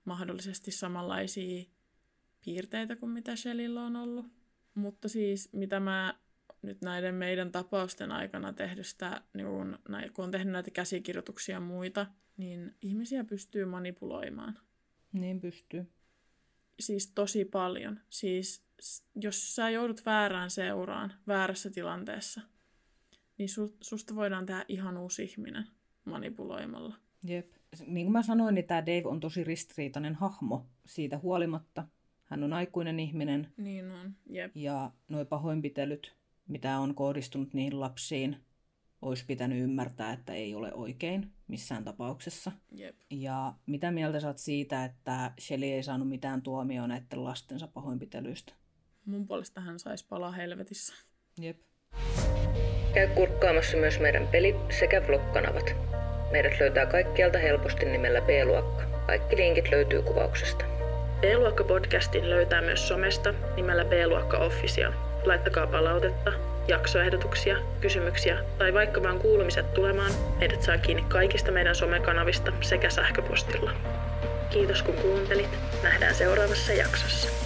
mahdollisesti samanlaisia piirteitä kuin mitä Shelleyllä on ollut. Mutta siis mitä mä nyt näiden meidän tapausten aikana tehdystä, niin kun, kun on tehnyt näitä käsikirjoituksia ja muita, niin ihmisiä pystyy manipuloimaan. Niin pystyy. Siis tosi paljon. Siis jos sä joudut väärään seuraan, väärässä tilanteessa, niin susta voidaan tehdä ihan uusi ihminen manipuloimalla. Jep. Niin kuin mä sanoin, niin tämä Dave on tosi ristiriitainen hahmo siitä huolimatta. Hän on aikuinen ihminen. Niin on, jep. Ja nuo pahoinpitelyt, mitä on kohdistunut niihin lapsiin, olisi pitänyt ymmärtää, että ei ole oikein missään tapauksessa. Jep. Ja mitä mieltä sä oot siitä, että Shelley ei saanut mitään tuomioon näiden lastensa pahoinpitelyistä? Mun puolesta hän saisi palaa helvetissä. Jep. Käy kurkkaamassa myös meidän peli- sekä vlog-kanavat. Meidät löytää kaikkialta helposti nimellä B-luokka. Kaikki linkit löytyy kuvauksesta. B-luokka-podcastin löytää myös somesta nimellä B-luokka Official. Laittakaa palautetta, jaksoehdotuksia, kysymyksiä tai vaikka vaan kuulumiset tulemaan. Meidät saa kiinni kaikista meidän somekanavista sekä sähköpostilla. Kiitos kun kuuntelit. Nähdään seuraavassa jaksossa.